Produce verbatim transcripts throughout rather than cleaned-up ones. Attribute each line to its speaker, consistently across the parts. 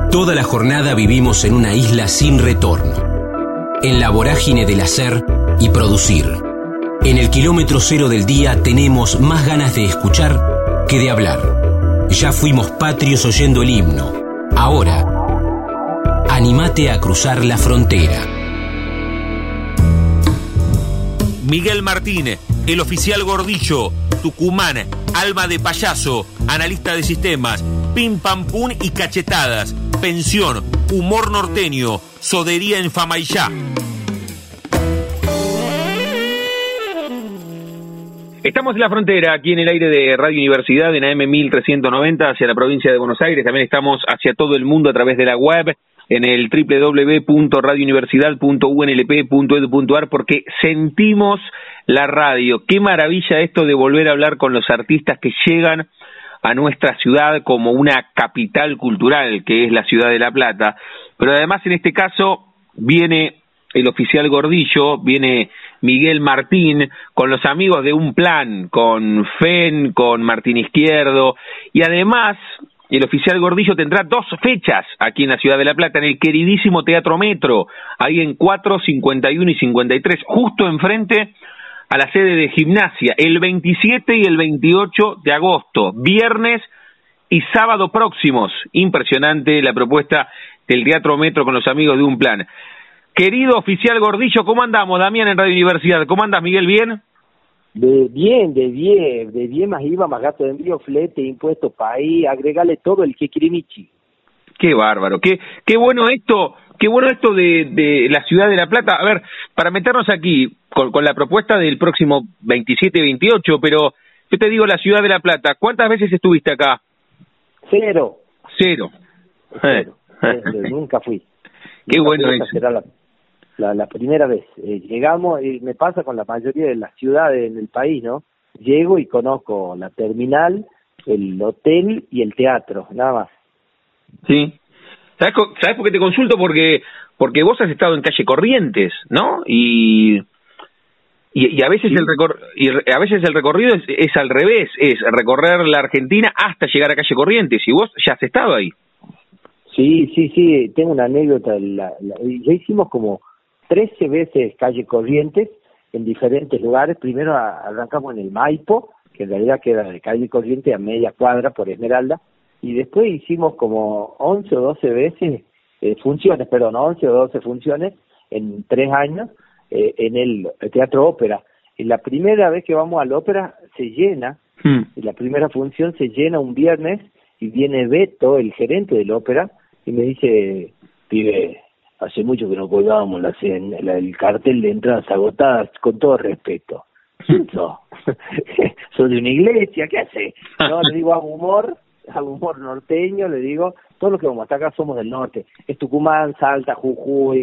Speaker 1: Toda la jornada vivimos en una isla sin retorno, en la vorágine del hacer y producir. En el kilómetro cero del día tenemos más ganas de escuchar que de hablar. Ya fuimos patrios oyendo el himno. Ahora, anímate a cruzar la frontera.
Speaker 2: Miguel Martín, el oficial Gordillo, Tucumán, alma de payaso, analista de sistemas, pim pam pum y cachetadas, pensión, humor norteño, sodería en Famaillá.
Speaker 3: Estamos en la frontera, aquí en el aire de Radio Universidad, en A M mil trescientos noventa, hacia la provincia de Buenos Aires. También estamos hacia todo el mundo a través de la web, en el doble u doble u doble u punto radio universidad punto u n l p punto e d u punto a r, porque sentimos la radio. Qué maravilla esto de volver a hablar con los artistas que llegan a nuestra ciudad como una capital cultural, que es la ciudad de La Plata. Pero además, en este caso, viene el oficial Gordillo, viene Miguel Martín, con los amigos de Un Plan, con Fen, con Martín Izquierdo, y además el oficial Gordillo tendrá dos fechas aquí en la ciudad de La Plata, en el queridísimo Teatro Metro, ahí en cuatro, cincuenta y uno y cincuenta y tres, justo enfrente a la sede de Gimnasia, el veintisiete y el veintiocho de agosto, viernes y sábado próximos. Impresionante la propuesta del Teatro Metro con los amigos de Un Plan. Querido oficial Gordillo, ¿cómo andamos? Damián en Radio Universidad. ¿Cómo andas, Miguel? ¿Bien?
Speaker 4: De bien, de bien, de bien más IVA, más gasto de envío, flete, impuestos, país, agregale todo el que quiere Michi.
Speaker 3: Qué bárbaro, qué, qué bueno esto, qué bueno esto de, de la ciudad de La Plata. A ver, para meternos aquí con, con la propuesta del próximo veintisiete y veintiocho, pero yo te digo la ciudad de La Plata, ¿cuántas veces estuviste acá?
Speaker 4: Cero.
Speaker 3: Cero.
Speaker 4: Cero. Eh. Cero. Nunca fui.
Speaker 3: Qué
Speaker 4: Nunca
Speaker 3: bueno
Speaker 4: fui,
Speaker 3: eso.
Speaker 4: será la, la, la primera vez. Eh, llegamos, y me pasa con la mayoría de las ciudades en el país, ¿no? Llego y conozco la terminal, el hotel y el teatro, nada más.
Speaker 3: Sí. ¿Sabes, ¿Sabes por qué te consulto? Porque porque vos has estado en calle Corrientes, ¿no? Y y, y a veces sí. el recor y a veces el recorrido es, es al revés, es recorrer la Argentina hasta llegar a calle Corrientes, y vos ya has estado ahí.
Speaker 4: Sí, sí, sí, tengo una anécdota. La, la, ya hicimos como trece veces calle Corrientes en diferentes lugares. Primero a, arrancamos en el Maipo, que en realidad queda de calle Corrientes a media cuadra por Esmeralda, y después hicimos como once o doce veces eh, funciones, perdón, once o doce funciones en tres años eh, en el, el Teatro Ópera. Y la primera vez que vamos al Ópera se llena, hmm. y la primera función se llena un viernes, y viene Beto, el gerente del Ópera, y me dice: pibe, hace mucho que no colgábamos la, la, el cartel de entradas agotadas, con todo respeto. ¿Sos? ¿Sos de una iglesia? ¿Qué hace? No, le digo, hago humor, hago humor norteño, le digo, todos los que vamos hasta acá somos del norte. Es Tucumán, Salta, Jujuy,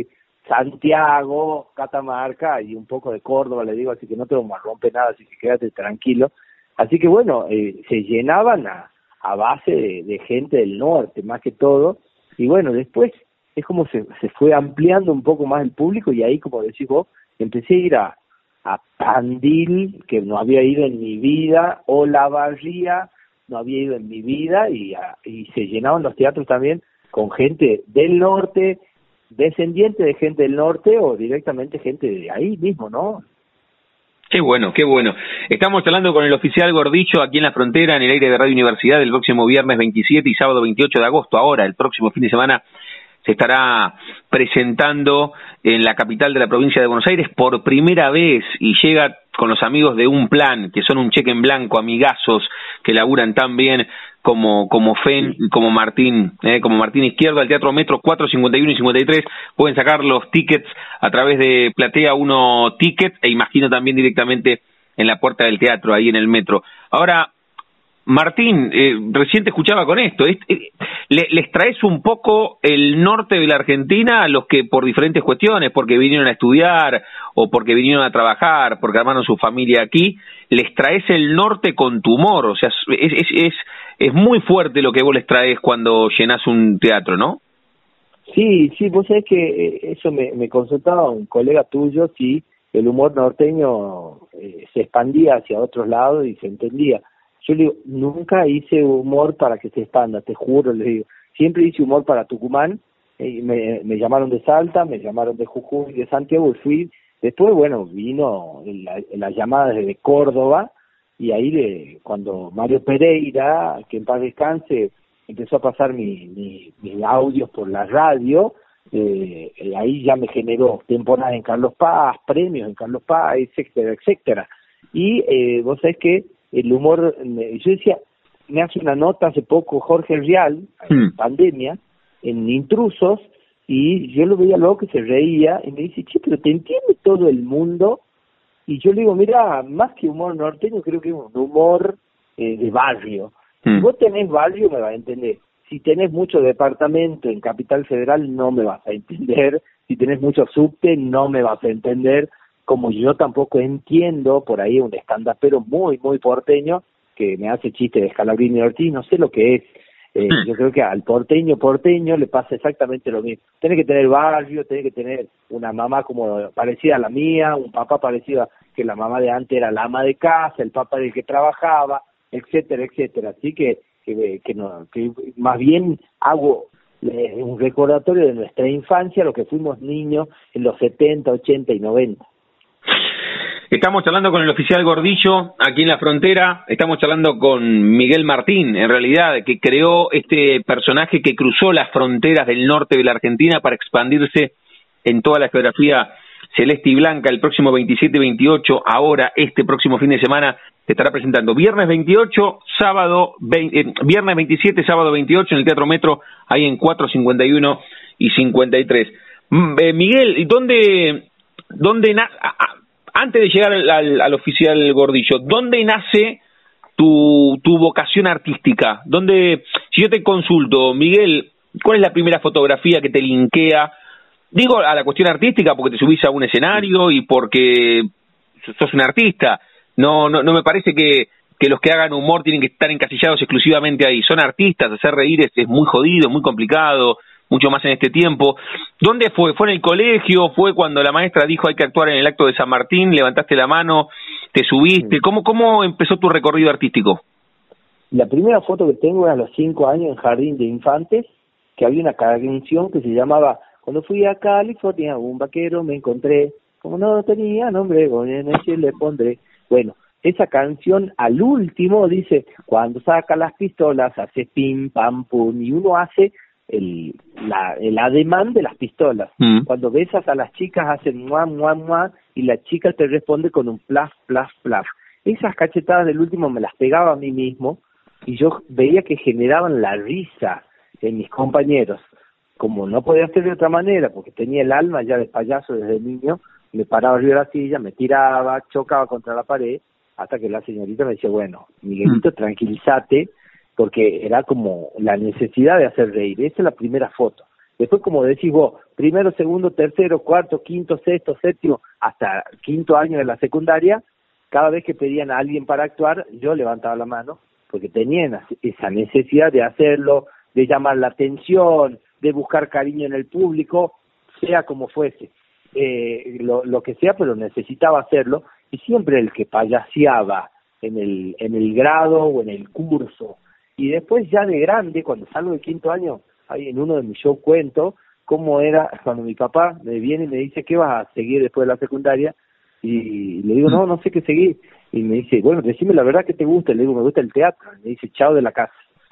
Speaker 4: Santiago, Catamarca y un poco de Córdoba, le digo, así que no te vamos a romper nada, así que quédate tranquilo. Así que bueno, eh, se llenaban a, a base de, de gente del norte, más que todo. Y bueno, después es como se, se fue ampliando un poco más el público, y ahí, como decís vos, empecé a ir a, a Tandil, que no había ido en mi vida, o La Barría, no había ido en mi vida, y, a, y se llenaban los teatros también con gente del norte, descendiente de gente del norte, o directamente gente de ahí mismo, ¿no?
Speaker 3: Qué bueno, qué bueno. Estamos hablando con el oficial Gordillo aquí en la frontera, en el aire de Radio Universidad, el próximo viernes veintisiete y sábado veintiocho de agosto. Ahora, el próximo fin de semana, se estará presentando en la capital de la provincia de Buenos Aires por primera vez, y llega con los amigos de Un Plan, que son un cheque en blanco, amigazos, que laburan tan bien como como Fen y como Martín, eh, como Martín Izquierdo, al Teatro Metro, cuatro, cincuenta y uno y cincuenta y tres. Pueden sacar los tickets a través de Platea Uno Ticket, e imagino también directamente en la puerta del teatro, ahí en el metro. Ahora, Martín, eh, recién te escuchaba con esto, eh, le, les traes un poco el norte de la Argentina a los que por diferentes cuestiones, porque vinieron a estudiar o porque vinieron a trabajar, porque armaron su familia aquí, les traes el norte con tu humor. O sea, es, es, es, es muy fuerte lo que vos les traes cuando llenás un teatro, ¿no?
Speaker 4: Sí, sí, vos sabés que eso me, me consultaba un colega tuyo, si el humor norteño eh, se expandía hacia otros lados y se entendía. Yo le digo, nunca hice humor para que se expanda, te juro, le digo. Siempre hice humor para Tucumán, eh, me, me llamaron de Salta, me llamaron de Jujuy, de Santiago, y fui. Después, bueno, vino la, la llamada desde Córdoba, y ahí de, cuando Mario Pereira, que en paz descanse, empezó a pasar mi, mi, mis audios por la radio, eh, ahí ya me generó temporadas en Carlos Paz, premios en Carlos Paz, etcétera, etcétera. Y eh, vos sabés que el humor, yo decía, me hace una nota hace poco Jorge Rial, en mm. pandemia, en Intrusos, y yo lo veía luego que se reía, y me dice, che, pero te entiende todo el mundo. Y yo le digo, mira, más que humor norteño, creo que es un humor eh, de barrio. Mm. Si vos tenés barrio, me vas a entender. Si tenés mucho departamento en Capital Federal, no me vas a entender. Si tenés mucho subte, no me vas a entender. Como yo tampoco entiendo, por ahí un estandapero muy, muy porteño, que me hace chiste de Scalabrini y Ortiz, no sé lo que es. Eh, yo creo que al porteño porteño le pasa exactamente lo mismo. Tiene que tener barrio, tiene que tener una mamá como parecida a la mía, un papá parecido a que la mamá de antes era la ama de casa, el papá del que trabajaba, etcétera, etcétera. Así que que, que, no, que más bien hago eh, un recordatorio de nuestra infancia, lo que fuimos niños en los setenta, ochenta y noventa.
Speaker 3: Estamos charlando con el oficial Gordillo aquí en la frontera, estamos charlando con Miguel Martín, en realidad, que creó este personaje que cruzó las fronteras del norte de la Argentina para expandirse en toda la geografía celeste y blanca. El próximo veintisiete y veintiocho, ahora este próximo fin de semana, se estará presentando viernes veintiocho, sábado veinte, eh, viernes veintisiete, sábado veintiocho en el Teatro Metro, ahí en cuatro cincuenta y uno y cincuenta y tres. Eh, Miguel, ¿dónde, dónde na a, antes de llegar al, al, al oficial Gordillo, ¿dónde nace tu, tu vocación artística? ¿Dónde, si yo te consulto, Miguel, cuál es la primera fotografía que te linkea? Digo a la cuestión artística porque te subís a un escenario y porque sos un artista. No, no, no me parece que, que los que hagan humor tienen que estar encasillados exclusivamente ahí. Son artistas, hacer reír es, es muy jodido, muy complicado, mucho más en este tiempo. ¿Dónde fue? ¿Fue en el colegio? ¿Fue cuando la maestra dijo hay que actuar en el acto de San Martín? ¿Levantaste la mano? ¿Te subiste? ¿Cómo, cómo empezó tu recorrido artístico?
Speaker 4: La primera foto que tengo era a los cinco años en Jardín de Infantes, que había una canción que se llamaba Cuando fui a California, un vaquero me encontré, como no tenía nombre, en el cielo le pondré. Bueno, esa canción al último dice, cuando saca las pistolas hace pim, pam, pum, y uno hace el, la, el ademán de las pistolas. Mm. Cuando besas a las chicas hacen mua, mua, mua, y la chica te responde con un plaf, plaf, plaf. Esas cachetadas del último me las pegaba a mí mismo, y yo veía que generaban la risa en mis compañeros. Como no podía hacer de otra manera, porque tenía el alma ya de payaso desde niño, me paraba arriba de la silla, me tiraba, chocaba contra la pared, hasta que la señorita me decía, bueno, Miguelito, tranquilízate, porque era como la necesidad de hacer reír. Esa es la primera foto. Después, como decís vos, primero, segundo, tercero, cuarto, quinto, sexto, séptimo, hasta quinto año de la secundaria, cada vez que pedían a alguien para actuar, yo levantaba la mano, porque tenían esa necesidad de hacerlo, de llamar la atención, de buscar cariño en el público, sea como fuese. Eh, lo, lo que sea, pero necesitaba hacerlo, y siempre el que payaseaba en el, en el grado o en el curso. Y después ya de grande, cuando salgo de quinto año, ahí en uno de mis shows cuento cómo era cuando mi papá me viene y me dice, ¿qué vas a seguir después de la secundaria? Y le digo, no, no sé qué seguir. Y me dice, bueno, decime la verdad que te gusta. Le digo, me gusta el teatro. Y me dice, chao de la casa.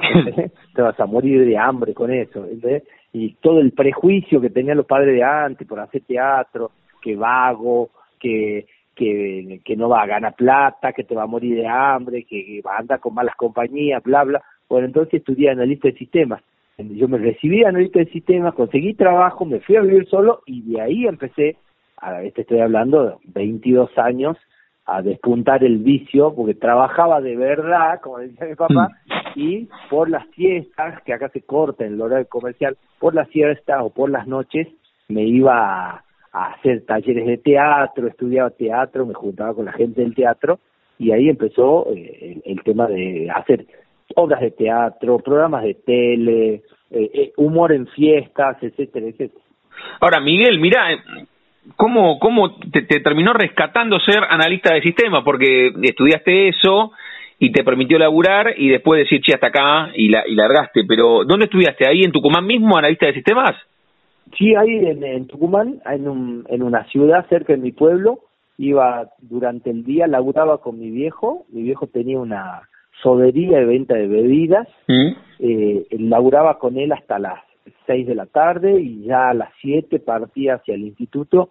Speaker 4: Te vas a morir de hambre con eso, ¿entendés? Y todo el prejuicio que tenían los padres de antes por hacer teatro, que vago, que que que no va a ganar plata, que te va a morir de hambre, que, que va a andar con malas compañías, bla, bla. Bueno, entonces estudié analista de sistemas. Yo me recibí de analista de sistemas, conseguí trabajo, me fui a vivir solo y de ahí empecé, a este estoy hablando, veintidós años, a despuntar el vicio, porque trabajaba de verdad, como decía mi papá, y por las siestas, que acá se corta en el horario comercial, por las siestas o por las noches, me iba a, a hacer talleres de teatro, estudiaba teatro, me juntaba con la gente del teatro, y ahí empezó eh, el, el tema de hacer obras de teatro, programas de tele, eh, eh, humor en fiestas, etcétera, etcétera.
Speaker 3: Ahora, Miguel, mira, ¿cómo, cómo te, te terminó rescatando ser analista de sistemas? Porque estudiaste eso y te permitió laburar y después decir, che, hasta acá, y, la, y largaste. Pero, ¿dónde estudiaste? ¿Ahí en Tucumán mismo, analista de sistemas?
Speaker 4: Sí, ahí en, en Tucumán, en, un, en una ciudad cerca de mi pueblo. Iba durante el día, laburaba con mi viejo. Mi viejo tenía una sodería de venta de bebidas. ¿Mm? Eh, laburaba con él hasta las seis de la tarde y ya a las siete partía hacia el instituto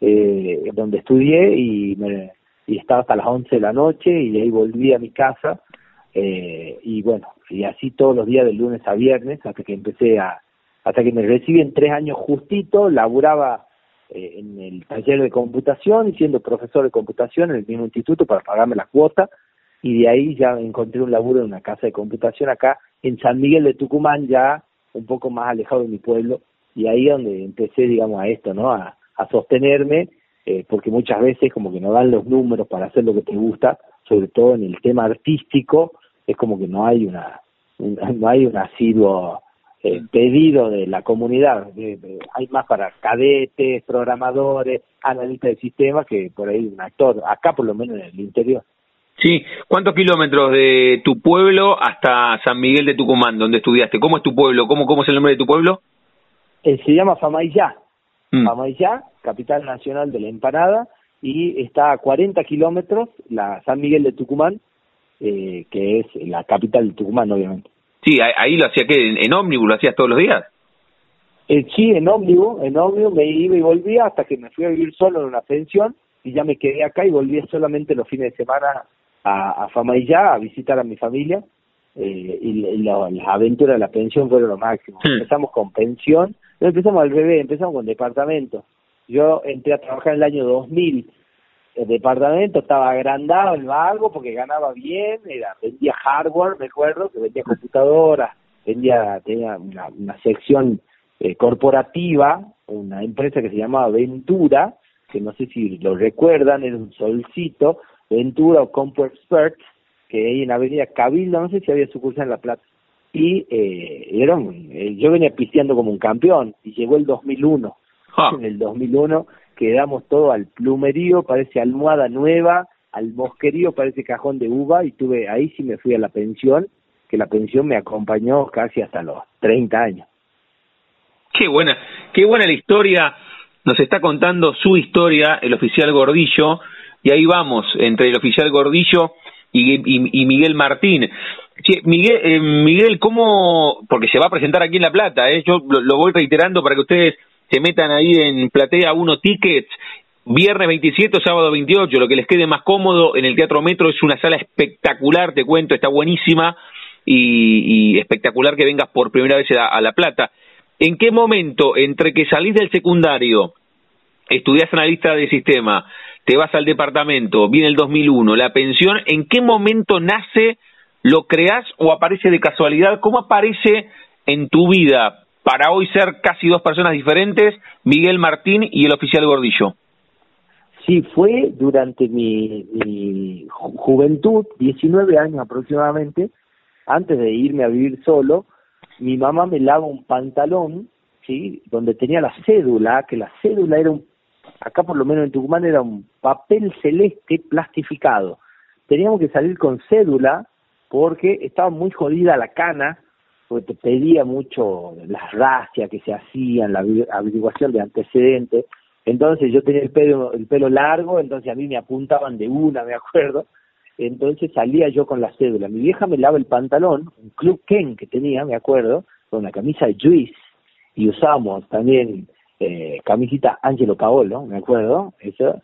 Speaker 4: eh, donde estudié y, me, y estaba hasta las once de la noche y de ahí volví a mi casa. Eh, y bueno, y así todos los días de lunes a viernes hasta que empecé a, hasta que me recibí en tres años justito. Laburaba Eh, en el taller de computación y siendo profesor de computación en el mismo instituto para pagarme la cuota, y de ahí ya encontré un laburo en una casa de computación acá en San Miguel de Tucumán, ya un poco más alejado de mi pueblo, y ahí es donde empecé, digamos, a esto, ¿no? A, a sostenerme, eh, porque muchas veces como que no dan los números para hacer lo que te gusta, sobre todo en el tema artístico, es como que no hay una, un, no hay un asiduo Eh, pedido de la comunidad. De, de, hay más para cadetes, programadores, analistas de sistemas que por ahí un actor, acá por lo menos en el interior.
Speaker 3: Sí, ¿cuántos kilómetros de tu pueblo hasta San Miguel de Tucumán, donde estudiaste? ¿Cómo es tu pueblo? ¿Cómo, cómo es el nombre de tu pueblo?
Speaker 4: Eh, se llama Famaillá, mm. Famaillá, capital nacional de la empanada, y está a cuarenta kilómetros la San Miguel de Tucumán, eh, que es la capital de Tucumán, obviamente.
Speaker 3: Sí, ahí lo hacía, ¿qué? ¿En, en ómnibus lo hacías todos los días?
Speaker 4: Eh, sí, en ómnibus, en ómnibus me iba y volvía hasta que me fui a vivir solo en una pensión y ya me quedé acá y volvía solamente los fines de semana a, a Famaillá a visitar a mi familia, eh, y, y la, las aventuras de la pensión fueron lo máximo. Hmm. Empezamos con pensión, no empezamos al revés, empezamos con departamento. Yo entré a trabajar en el año dos mil. El departamento estaba agrandado, el vago, porque ganaba bien, era, vendía hardware, me acuerdo, que vendía computadoras, vendía, tenía una, una sección eh, corporativa, una empresa que se llamaba Ventura, que no sé si lo recuerdan, era un solcito, Ventura o CompuExpert, que ahí en Avenida Cabildo, no sé si había sucursal en La Plata, y eh, era un, eh, yo venía pisteando como un campeón, y llegó el dos mil uno, ah. En el dos mil uno quedamos todo al plumerío, parece almohada nueva, al mosquerío parece cajón de uva, y tuve, ahí sí me fui a la pensión, que la pensión me acompañó casi hasta los treinta años.
Speaker 3: Qué buena, qué buena la historia, nos está contando su historia el oficial Gordillo, y ahí vamos, entre el oficial Gordillo y, y, y Miguel Martín. Sí, Miguel, eh, Miguel, ¿cómo? Porque se va a presentar aquí en La Plata, ¿eh? Yo lo, lo voy reiterando para que ustedes se metan ahí en Platea uno Tickets, viernes veintisiete o sábado veintiocho, lo que les quede más cómodo. En el Teatro Metro es una sala espectacular, te cuento, está buenísima, y, y espectacular que vengas por primera vez a, a La Plata. ¿En qué momento, entre que salís del secundario, estudiás analista de sistema, te vas al departamento, viene el dos mil uno, la pensión, en qué momento nace, lo creás o aparece de casualidad? ¿Cómo aparece en tu vida, para hoy ser casi dos personas diferentes, Miguel Martín y el oficial Gordillo?
Speaker 4: Sí, fue durante mi, mi juventud, diecinueve años aproximadamente, antes de irme a vivir solo, mi mamá me lava un pantalón, ¿sí?, donde tenía la cédula, que la cédula era un, acá por lo menos en Tucumán era un papel celeste plastificado. Teníamos que salir con cédula porque estaba muy jodida la cana, porque te pedía mucho las racias que se hacían, la averiguación de antecedentes. Entonces yo tenía el pelo el pelo largo, entonces a mí me apuntaban de una, me acuerdo. Entonces salía yo con la cédula. Mi vieja me lava el pantalón, un Club Ken que tenía, me acuerdo, con una camisa de Juice, y usábamos también eh, camisita Angelo Paolo, me acuerdo, eso,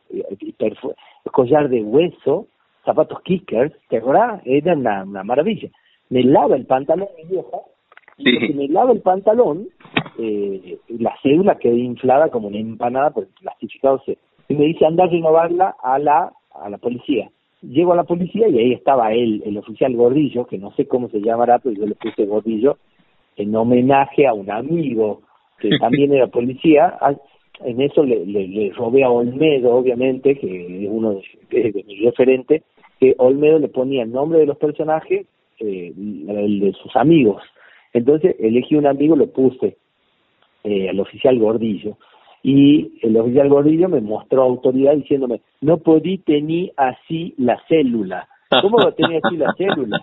Speaker 4: collar de hueso, zapatos kickers, ¿te acordás? Era una, una maravilla. Me lava el pantalón mi vieja, y sí. me lava el pantalón, eh, la cédula quedó inflada como una empanada por el plastificado. Y me dice, anda a renovarla a la, a la policía. Llego a la policía y ahí estaba él, el oficial Gordillo, que no sé cómo se llamará, pero yo le puse Gordillo, en homenaje a un amigo que también era policía. En eso le, le, le robé a Olmedo, obviamente, que es uno de, de, de mis referentes, que Olmedo le ponía el nombre de los personajes, eh, el de sus amigos. Entonces elegí un amigo, lo puse eh, al oficial Gordillo, y el oficial Gordillo me mostró autoridad diciéndome, no podí tener así la célula, ¿Cómo va a tener así la cédula?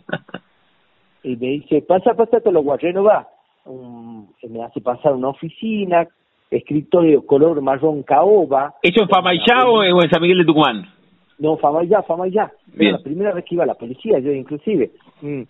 Speaker 4: Y me dice, pasa, pasa, te lo voy a renovar. Um, me hace pasar una oficina, escritorio color marrón caoba.
Speaker 3: ¿Eso en Famaillá o en San Miguel de Tucumán?
Speaker 4: No, Famaillá, Famaillá. Era la primera vez que iba a la policía, yo inclusive. Mm.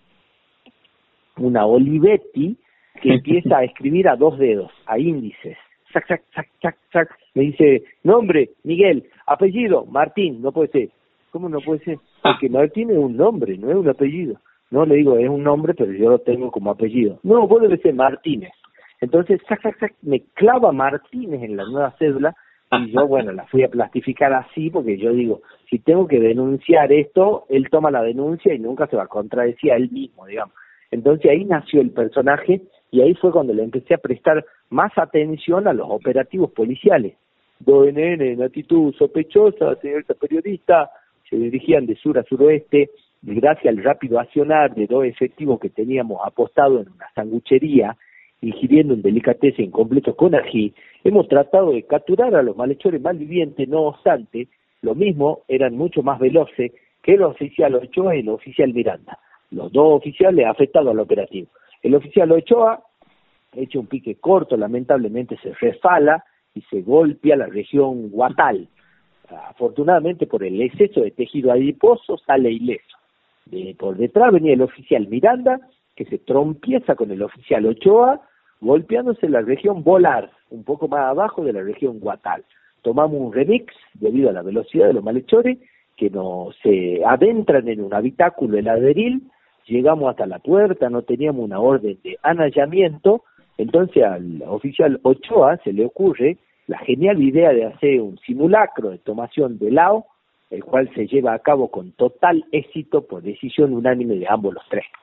Speaker 4: Una Olivetti que empieza a escribir a dos dedos, a índices. Sac, sac, sac, sac, sac. Me dice, nombre, Miguel, apellido, Martín, no puede ser. ¿Cómo no puede ser? Porque Martín es un nombre, no es un apellido. No, le digo, es un nombre, pero yo lo tengo como apellido. No, vos debes ser Martínez. Entonces, sac, sac, sac, me clava Martínez en la nueva cédula y yo, bueno, la fui a plastificar así porque yo digo, si tengo que denunciar esto, él toma la denuncia y nunca se va a contradecir a él mismo, digamos. Entonces ahí nació el personaje y ahí fue cuando le empecé a prestar más atención a los operativos policiales. dos N N en actitud sospechosa, señorita periodista, se dirigían de sur a suroeste, y gracias al rápido accionar de dos efectivos que teníamos apostado en una sanguchería, ingiriendo un delicatessen completo con ají, hemos tratado de capturar a los malhechores malvivientes, no obstante, lo mismo eran mucho más veloces que el oficial Ochoa y el oficial Miranda. Los dos oficiales afectados al operativo. El oficial Ochoa, hecho un pique corto, lamentablemente se resfala y se golpea la región guatal. Afortunadamente, por el exceso de tejido adiposo, sale ileso. De, por detrás venía el oficial Miranda, que se trompieza con el oficial Ochoa, golpeándose la región volar, un poco más abajo de la región guatal. Tomamos un remix debido a la velocidad de los malhechores, que nos se adentran en un habitáculo heladeril. Llegamos hasta la puerta, no teníamos una orden de anallamiento, entonces al oficial Ochoa se le ocurre la genial idea de hacer un simulacro de tomación de helado, el cual se lleva a cabo con total éxito por decisión unánime de ambos los tres.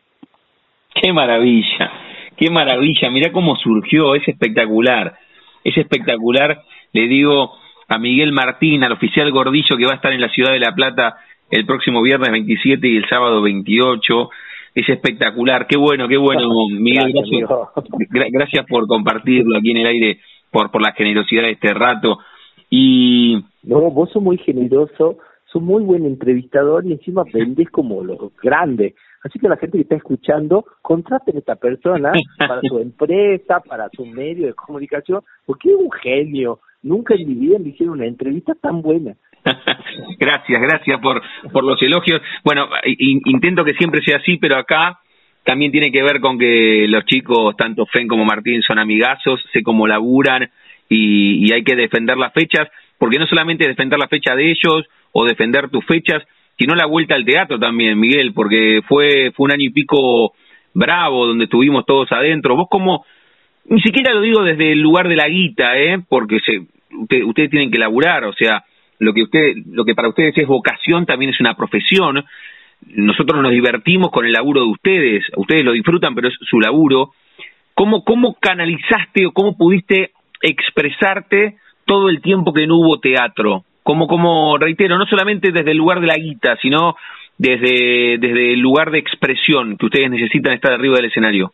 Speaker 3: ¡Qué maravilla! ¡Qué maravilla! Mirá cómo surgió, es espectacular, es espectacular. Le digo a Miguel Martín, al oficial Gordillo, que va a estar en la ciudad de La Plata el próximo viernes veintisiete y el sábado veintiocho. Es espectacular, qué bueno, qué bueno, Miguel, gracias, gracias, gracias por compartirlo aquí en el aire, por por la generosidad de este rato. Y
Speaker 4: no, vos sos muy generoso, sos muy buen entrevistador y encima vendés como los grandes. Así que la gente que está escuchando, contraten a esta persona para su empresa, para su medio de comunicación, porque es un genio. Nunca en mi vida me hicieron una entrevista tan buena.
Speaker 3: Gracias, gracias por por los elogios. Bueno, in, intento que siempre sea así, pero acá también tiene que ver con que los chicos, tanto Fen como Martín, son amigazos, sé cómo laburan y, y hay que defender las fechas, porque no solamente defender la fecha de ellos o defender tus fechas, sino la vuelta al teatro también, Miguel, porque fue fue un año y pico bravo, donde estuvimos todos adentro. Vos como, ni siquiera lo digo desde el lugar de la guita, ¿eh? Porque se, usted, ustedes tienen que laburar, o sea, lo que usted, lo que para ustedes es vocación también es una profesión. Nosotros nos divertimos con el laburo de ustedes, ustedes lo disfrutan, pero es su laburo. ¿Cómo, cómo canalizaste o cómo pudiste expresarte todo el tiempo que no hubo teatro? Como, como reitero, no solamente desde el lugar de la guita, sino desde, desde el lugar de expresión que ustedes necesitan estar arriba del escenario.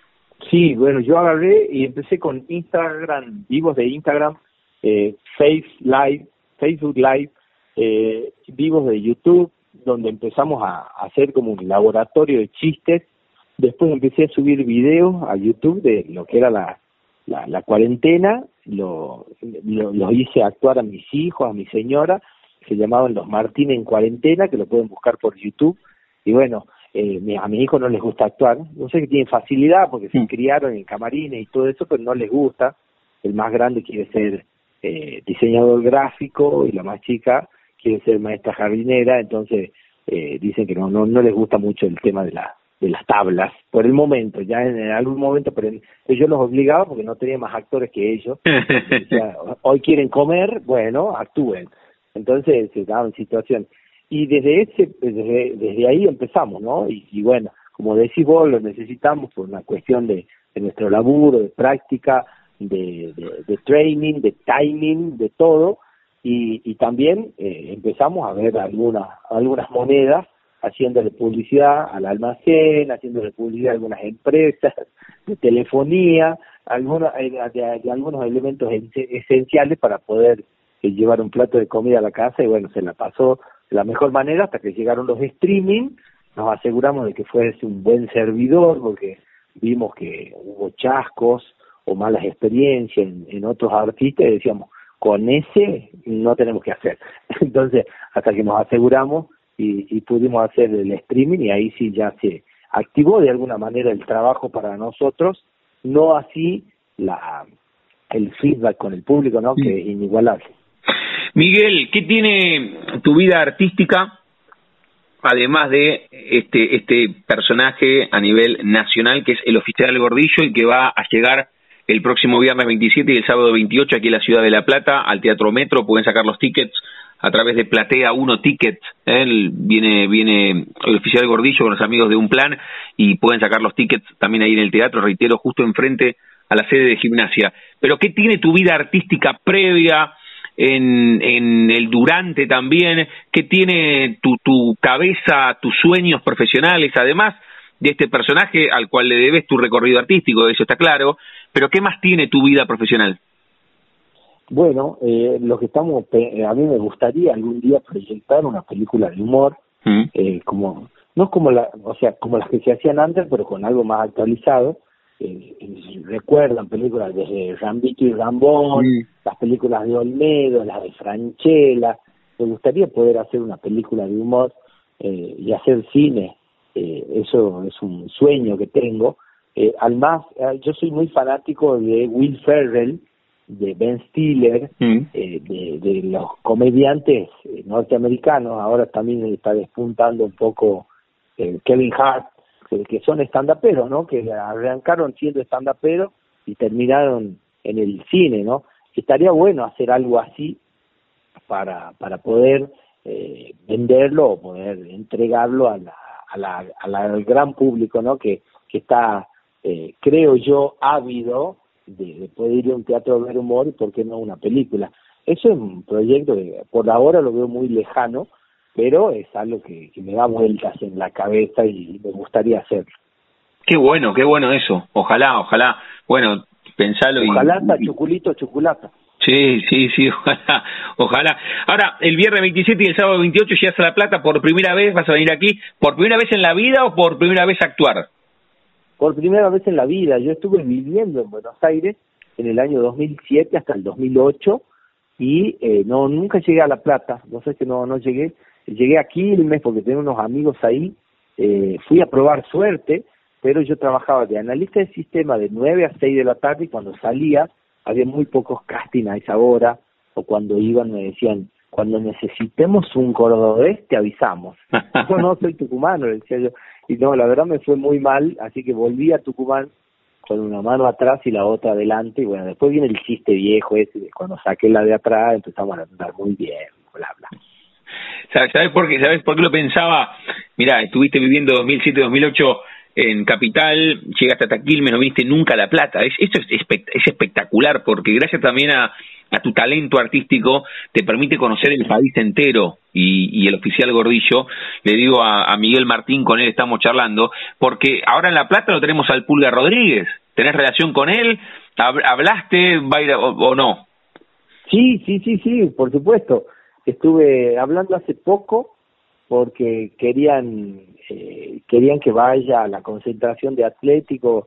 Speaker 4: Sí, bueno, yo agarré y empecé con Instagram, vivos de Instagram, eh, Face Live, Facebook Live, eh, vivos de YouTube, donde empezamos a, a hacer como un laboratorio de chistes. Después empecé a subir videos a YouTube de lo que era la, la, la cuarentena, lo, lo, lo hice actuar a mis hijos, a mi señora, se llamaban Los Martínez en Cuarentena, que lo pueden buscar por YouTube, y bueno, eh, a mis hijos no les gusta actuar, no sé que tienen facilidad porque se criaron en camarines y todo eso, pero no les gusta. El más grande quiere ser eh, diseñador gráfico y la más chica quiere ser maestra jardinera, entonces eh, dicen que no, no no les gusta mucho el tema de la de las tablas, por el momento, ya en, en algún momento, pero en, yo los obligaba porque no tenía más actores que ellos. Decía, hoy quieren comer, bueno, actúen. Entonces se daban situaciones. Y desde ese desde, desde ahí empezamos, ¿no? Y, y bueno, como decís vos, lo necesitamos por una cuestión de, de nuestro laburo, de práctica, de, de, de training, de timing, de todo. Y, y también eh, empezamos a ver algunas algunas monedas haciéndole publicidad al almacén, haciéndole publicidad a algunas empresas de telefonía, algunos, de, de, de algunos elementos esenciales para poder eh, llevar un plato de comida a la casa, y bueno, se la pasó de la mejor manera hasta que llegaron los streaming. Nos aseguramos de que fuese un buen servidor, porque vimos que hubo chascos o malas experiencias en, en otros artistas y decíamos, con ese no tenemos que hacer. Entonces, hasta que nos aseguramos y, y pudimos hacer el streaming, y ahí sí ya se activó de alguna manera el trabajo para nosotros, no así la el feedback con el público, ¿no? Que es inigualable.
Speaker 3: Miguel, ¿qué tiene tu vida artística, además de este este personaje a nivel nacional, que es el Oficial Gordillo, y que va a llegar el próximo viernes veintisiete y el sábado veintiocho aquí en la ciudad de La Plata, al Teatro Metro? Pueden sacar los tickets a través de Platea uno Tickets. Él viene viene el Oficial Gordillo con los amigos de Un Plan, y pueden sacar los tickets también ahí en el teatro, reitero, justo enfrente a la sede de Gimnasia. Pero ¿qué tiene tu vida artística previa, en, en el durante también? ¿Qué tiene tu, tu cabeza, tus sueños profesionales, además de este personaje al cual le debes tu recorrido artístico? Eso está claro, pero ¿qué más tiene tu vida profesional?
Speaker 4: Bueno, eh, lo que estamos, a mí me gustaría algún día proyectar una película de humor, mm. eh, como no como la, o sea, como las que se hacían antes, pero con algo más actualizado. Eh, eh, recuerdan películas de Rambito y Rambón, mm. las películas de Olmedo, las de Franchella. Me gustaría poder hacer una película de humor eh, y hacer cine. Eh, eso es un sueño que tengo. Eh, además, eh, yo soy muy fanático de Will Ferrell, de Ben Stiller, mm. eh, de, de los comediantes eh, norteamericanos. Ahora también está despuntando un poco eh, Kevin Hart, eh, que son stand-uperos, ¿no? Que arrancaron siendo stand-uperos y terminaron en el cine, ¿no? Estaría bueno hacer algo así para para poder eh, venderlo o poder entregarlo a la, a la, a la, al gran público, ¿no? Que, que está, eh, creo yo, ávido De, de poder ir a un teatro a ver humor, y por qué no una película. Eso es un proyecto que por ahora lo veo muy lejano, pero es algo que, que me da vueltas en la cabeza y me gustaría hacerlo.
Speaker 3: Qué bueno, qué bueno eso. Ojalá, ojalá. Bueno, pensalo.
Speaker 4: Ojalá
Speaker 3: y...
Speaker 4: hasta choculito, chocolata.
Speaker 3: Sí, sí, sí, ojalá, ojalá. Ahora, el viernes veintisiete y el sábado veintiocho llegas a La Plata por primera vez, vas a venir aquí, ¿por primera vez en la vida o por primera vez a actuar?
Speaker 4: Por primera vez en la vida. Yo estuve viviendo en Buenos Aires en el año dos mil siete hasta el dos mil ocho y eh, no nunca llegué a La Plata. No sé que no no llegué. Llegué a Quilmes porque tengo unos amigos ahí. Eh, fui a probar suerte, pero yo trabajaba de analista de sistema de nueve a seis de la tarde, y cuando salía había muy pocos casting a esa hora, o cuando iban me decían, cuando necesitemos un cordobés te avisamos. Yo no soy tucumano, le decía yo. Y no, la verdad me fue muy mal, así que volví a Tucumán con una mano atrás y la otra adelante, y bueno, después viene el chiste viejo ese, de cuando saqué la de atrás empezamos a andar muy bien, bla, bla.
Speaker 3: ¿Sabes por qué? ¿Sabes por qué lo pensaba? Mirá, estuviste viviendo dos mil siete dos mil ocho en Capital, llegaste hasta Quilmes, no viniste nunca a La Plata. Es, esto es, es espectacular, porque gracias también a, a tu talento artístico te permite conocer el país entero. Y, y el Oficial Gordillo, le digo a, a Miguel Martín, con él estamos charlando, porque ahora en La Plata lo tenemos al Pulga Rodríguez. ¿Tenés relación con él? ¿Hablaste va a ir a, o, o no?
Speaker 4: Sí, sí, sí, sí, por supuesto. Estuve hablando hace poco porque querían eh, querían que vaya a la concentración de Atlético,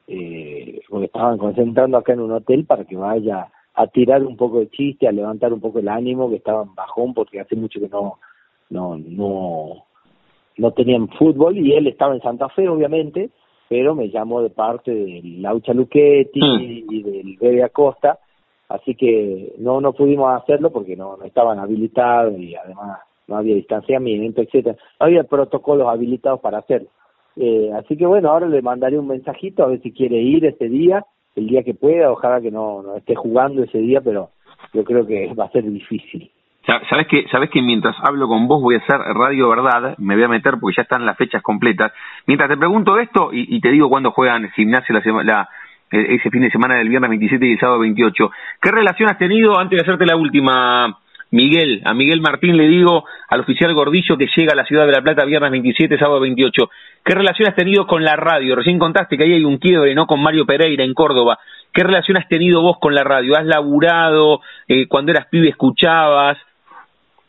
Speaker 4: eh, porque estaban concentrando acá en un hotel, para que vaya a tirar un poco de chiste, a levantar un poco el ánimo, que estaban bajón porque hace mucho que no no no no tenían fútbol, y él estaba en Santa Fe obviamente, pero me llamó de parte del Laucha Luchetti mm. y del Bebe Acosta, así que no no pudimos hacerlo porque no, no estaban habilitados, y además no había distanciamiento, etcétera, no había protocolos habilitados para hacerlo. Eh, así que bueno, ahora le mandaré un mensajito a ver si quiere ir ese día, el día que pueda, ojalá que no, no esté jugando ese día, pero yo creo que va a ser difícil.
Speaker 3: Sabes que sabes que mientras hablo con vos voy a hacer Radio Verdad, me voy a meter porque ya están las fechas completas. Mientras te pregunto esto y, y te digo cuándo juegan Gimnasia la, la, ese fin de semana del viernes veintisiete y el sábado veintiocho. ¿Qué relación has tenido, antes de hacerte la última, Miguel? A Miguel Martín le digo, al Oficial Gordillo, que llega a la ciudad de La Plata viernes veintisiete, sábado veintiocho. ¿Qué relación has tenido con la radio? Recién contaste que ahí hay un quiebre, ¿no? Con Mario Pereira en Córdoba. ¿Qué relación has tenido vos con la radio? ¿Has laburado? Eh, ¿Cuando eras pibe escuchabas?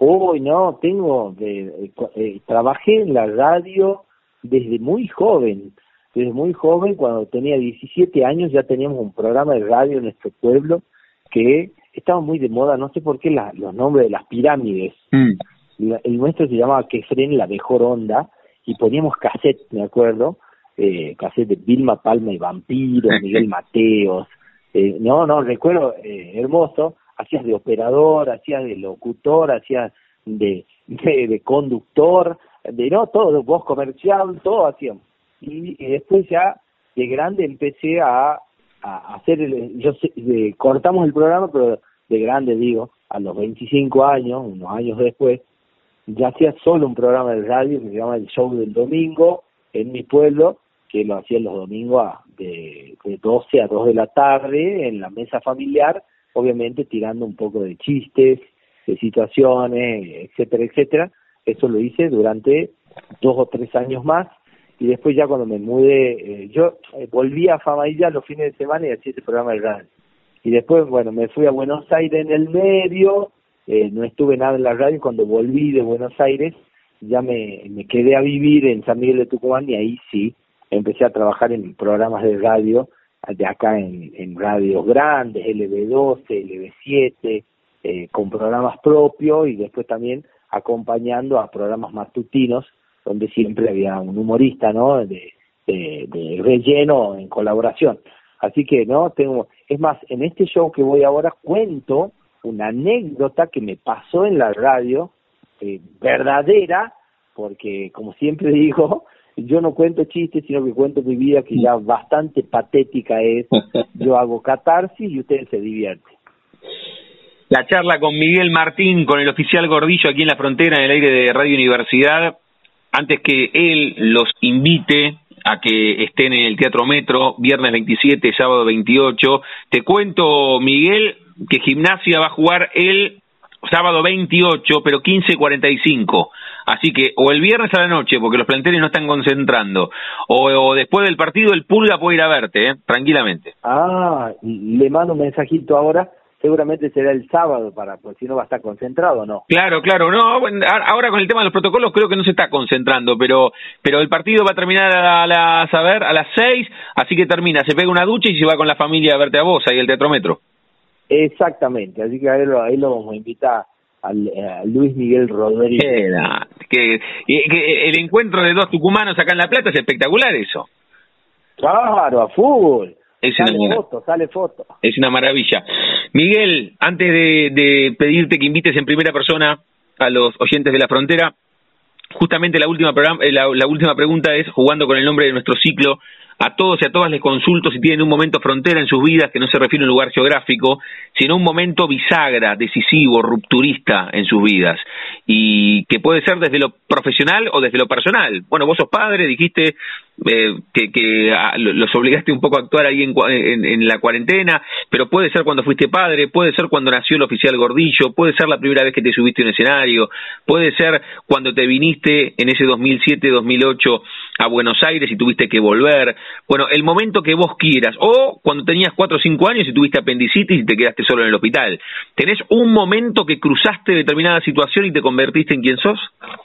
Speaker 4: Hoy no, tengo, eh, eh, trabajé en la radio desde muy joven, desde muy joven, cuando tenía diecisiete años ya teníamos un programa de radio en nuestro pueblo que estaba muy de moda, no sé por qué la, los nombres de las pirámides. Mm. La, el nuestro se llamaba Que Frene la Mejor Onda, y poníamos cassette, me acuerdo, eh, cassette de Vilma Palma y Vampiro, Miguel Mateos, eh, no, no, recuerdo, eh, hermoso, hacías de operador, hacías de locutor, hacías de, de, de conductor, de no, todo, voz comercial, todo hacíamos. Y, y después ya de grande empecé a, a hacer, el, yo sé, de, cortamos el programa, pero de grande digo, a los veinticinco años, unos años después, ya hacía solo un programa de radio que se llama El Show del Domingo, en mi pueblo, que lo hacía los domingos a, de, de doce a dos de la tarde, en la mesa familiar, obviamente tirando un poco de chistes, de situaciones, etcétera, etcétera. Eso lo hice durante dos o tres años más, y después ya cuando me mudé, eh, yo eh, volví a Famaillá los fines de semana y hacía ese programa de radio. Y después, bueno, me fui a Buenos Aires en el medio, eh, no estuve nada en la radio, cuando volví de Buenos Aires ya me, me quedé a vivir en San Miguel de Tucumán, y ahí sí, empecé a trabajar en programas de radio, de acá en, en radios grandes, L B doce, L B siete, eh, con programas propios, y después también acompañando a programas matutinos, donde siempre había un humorista, ¿no?, de, de, de relleno en colaboración. Así que, ¿no?, tengo, es más, en este show que voy ahora cuento una anécdota que me pasó en la radio, eh, verdadera, porque como siempre digo, yo no cuento chistes, sino que cuento mi vida, que ya bastante patética es. Yo hago catarsis y ustedes se divierten.
Speaker 3: La charla con Miguel Martín, con el oficial Gordillo aquí en la frontera, en el aire de Radio Universidad. Antes que él los invite a que estén en el Teatro Metro, viernes veintisiete, sábado veintiocho, te cuento, Miguel, que Gimnasia va a jugar el sábado veintiocho, pero quince cuarenta y cinco. Así que o el viernes a la noche, porque los planteles no están concentrando, o, o después del partido el Pulga puede ir a verte, ¿eh? Tranquilamente.
Speaker 4: Ah, le mando un mensajito ahora. Seguramente será el sábado, para, pues si no va a estar concentrado, ¿no?
Speaker 3: Claro, claro, no, bueno, ahora con el tema de los protocolos creo que no se está concentrando, pero pero el partido va a terminar a las, a ver, a las seis, así que termina, se pega una ducha y se va con la familia a verte a vos ahí al Teatro Metro.
Speaker 4: Exactamente, así que ahí lo, ahí lo vamos a invitar al, a Luis Miguel Rodríguez.
Speaker 3: Era, que, que, que el encuentro de dos tucumanos acá en La Plata es espectacular eso.
Speaker 4: Claro, a full.
Speaker 3: Es
Speaker 4: sale
Speaker 3: una,
Speaker 4: foto, sale foto.
Speaker 3: Es una maravilla. Miguel, antes de, de pedirte que invites en primera persona a los oyentes de La Frontera, justamente la última, programa, la, la última pregunta es, jugando con el nombre de nuestro ciclo, a todos y a todas les consulto si tienen un momento frontera en sus vidas, que no se refiere a un lugar geográfico, sino un momento bisagra, decisivo, rupturista en sus vidas, y que puede ser desde lo profesional o desde lo personal. Bueno, vos sos padre, dijiste eh, que, que a, los obligaste un poco a actuar ahí en, en, en la cuarentena, pero puede ser cuando fuiste padre, puede ser cuando nació el oficial Gordillo, puede ser la primera vez que te subiste a un escenario, puede ser cuando te viniste en ese dos mil siete, dos mil ocho a Buenos Aires y tuviste que volver. Bueno, el momento que vos quieras, o cuando tenías cuatro o cinco años y tuviste apendicitis y te quedaste solo en el hospital. ¿Tenés un momento que cruzaste determinada situación y te convertiste en quien sos?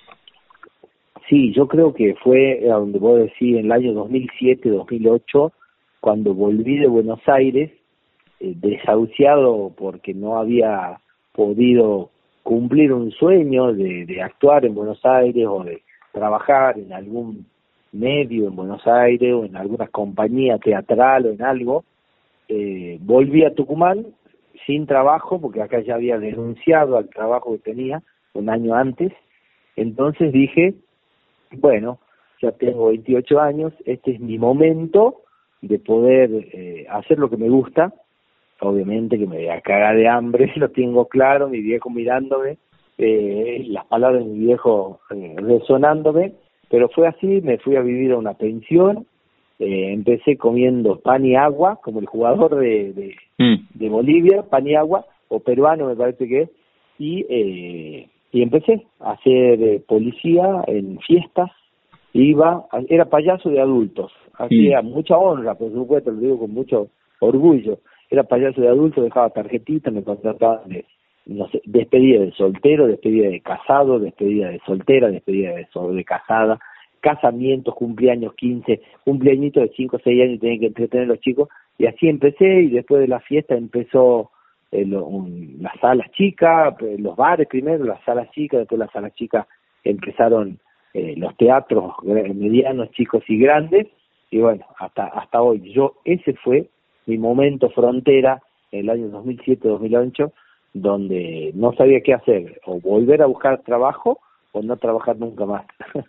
Speaker 4: Sí, yo creo que fue a donde vos decís, en el año dos mil siete, dos mil ocho, cuando volví de Buenos Aires, eh, desahuciado porque no había podido cumplir un sueño de, de actuar en Buenos Aires o de trabajar en algún medio en Buenos Aires o en alguna compañía teatral o en algo. Eh, volví a Tucumán sin trabajo, porque acá ya había renunciado al trabajo que tenía un año antes. Entonces dije, bueno, ya tengo veintiocho años, este es mi momento de poder eh, hacer lo que me gusta. Obviamente que me voy a cagar de hambre, lo tengo claro, mi viejo mirándome, eh, las palabras de mi viejo eh, resonándome, pero fue así. Me fui a vivir a una pensión, eh, empecé comiendo pan y agua, como el jugador de, de, mm. de Bolivia, pan y agua, o peruano me parece que es, y, eh, y empecé a ser eh, policía en fiestas, iba, era payaso de adultos, hacía mm. mucha honra, por supuesto, lo digo con mucho orgullo, era payaso de adultos, dejaba tarjetitas, me contrataban de, no sé, despedida de soltero, despedida de casado, despedida de soltera, despedida de, de casada, casamientos, cumpleaños, quince, cumpleañitos de cinco o seis años, tienen que entretener los chicos, y así empecé, y después de la fiesta empezó eh, lo, un, las salas chicas, los bares primero, las salas chicas, después las salas chicas empezaron eh, los teatros medianos, chicos y grandes, y bueno, hasta hasta hoy. Yo, ese fue mi momento frontera, en el año dos mil siete dos mil ocho, donde no sabía qué hacer, o volver a buscar trabajo, o no trabajar nunca más.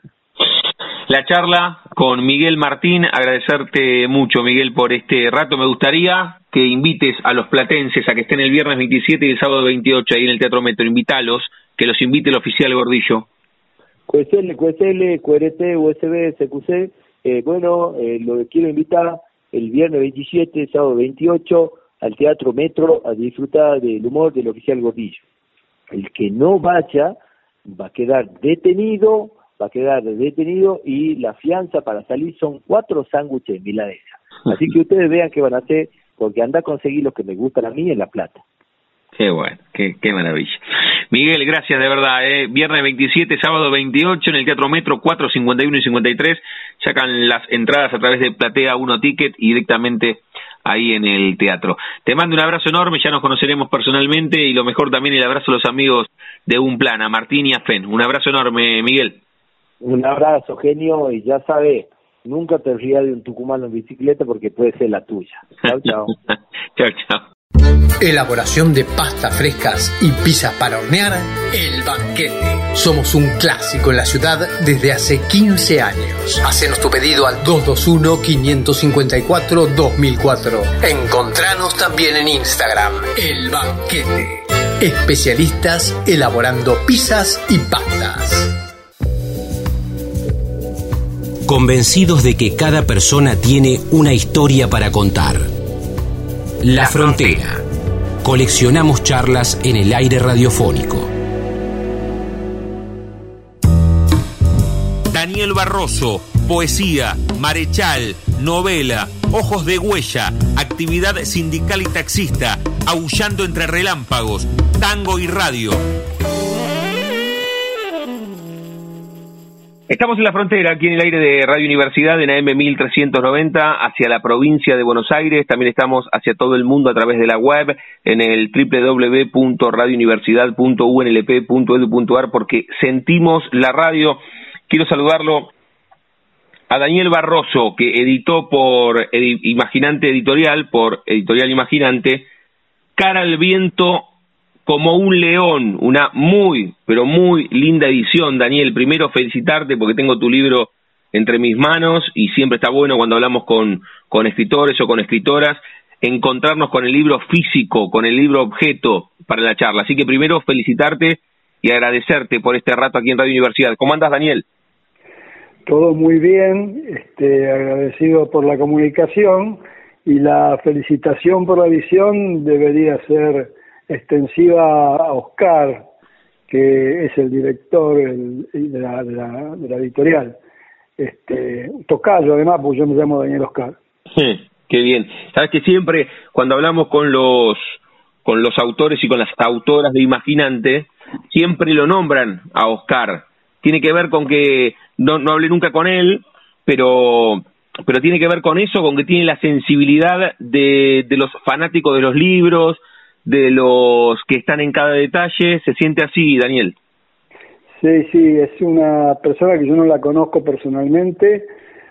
Speaker 3: La charla con Miguel Martín, agradecerte mucho, Miguel, por este rato. Me gustaría que invites a los platenses a que estén el viernes veintisiete y el sábado veintiocho ahí en el Teatro Metro. Invítalos, que los invite el oficial Gordillo. Q S L, Q S L, Q R T, U S B, C Q C. Eh, bueno, eh, lo que quiero invitar el viernes veintisiete, sábado veintiocho, al Teatro Metro a disfrutar del humor del oficial Gordillo. El que no vaya va a quedar detenido, va a quedar detenido y la fianza para salir son cuatro sándwiches de milanesa. Así que ustedes vean qué van a hacer, porque anda a conseguir lo que me gustan a mí en La Plata. Qué bueno, qué, qué maravilla. Miguel, gracias de verdad. ¿eh? Viernes veintisiete, sábado veintiocho en el Teatro Metro, cuatro cincuenta y uno y cincuenta y tres. Sacan las entradas a través de Platea uno Ticket y directamente ahí en el teatro. Te mando un abrazo enorme, ya nos conoceremos personalmente, y lo mejor también el abrazo a los amigos de Un Plan, a Martín y a Fen. Un abrazo enorme, Miguel. Un abrazo, genio, y ya sabes, nunca te rías de un tucumano en bicicleta porque puede ser la tuya. Chao, chao. Chao, chao.
Speaker 5: Elaboración de pastas frescas y pizzas para hornear, El Banquete. Somos un clásico en la ciudad desde hace quince años. Hacenos tu pedido al dos dos uno, cinco cinco cuatro, dos mil cuatro. Encontranos también en Instagram, El Banquete. Especialistas elaborando pizzas y pastas.
Speaker 1: Convencidos de que cada persona tiene una historia para contar. La Frontera. Coleccionamos charlas en el aire radiofónico.
Speaker 2: Daniel Barroso, poesía, marechal, novela, ojos de huella, actividad sindical y taxista, aullando entre relámpagos, tango y radio.
Speaker 3: Estamos en La Frontera, aquí en el aire de Radio Universidad, en A M mil trescientos noventa, hacia la provincia de Buenos Aires. También estamos hacia todo el mundo a través de la web, en el doble u doble u doble u punto radio universidad punto u n l p punto e d u punto a r, porque sentimos la radio. Quiero saludarlo a Daniel Barroso, que editó por edi- Imaginante Editorial, por Editorial Imaginante, Cara al Viento como un león, una muy, pero muy linda edición. Daniel, primero felicitarte porque tengo tu libro entre mis manos y siempre está bueno cuando hablamos con, con escritores o con escritoras, encontrarnos con el libro físico, con el libro objeto para la charla. Así que primero felicitarte y agradecerte por este rato aquí en Radio Universidad. ¿Cómo andas, Daniel?
Speaker 6: Todo muy bien, este, agradecido por la comunicación, y la felicitación por la edición debería ser extensiva a Oscar, que es el director el, de, la, de, la, de la editorial. Este, tocayo además, porque yo me llamo Daniel Oscar.
Speaker 3: Sí, qué bien. Sabes que siempre cuando hablamos con los con los autores y con las autoras de Imaginante, siempre lo nombran a Oscar. Tiene que ver con que no, no hablé nunca con él, pero pero tiene que ver con eso, con que tiene la sensibilidad de, de los fanáticos de los libros, de los que están en cada detalle. Se siente así, Daniel.
Speaker 6: Sí, sí, es una persona que yo no la conozco personalmente,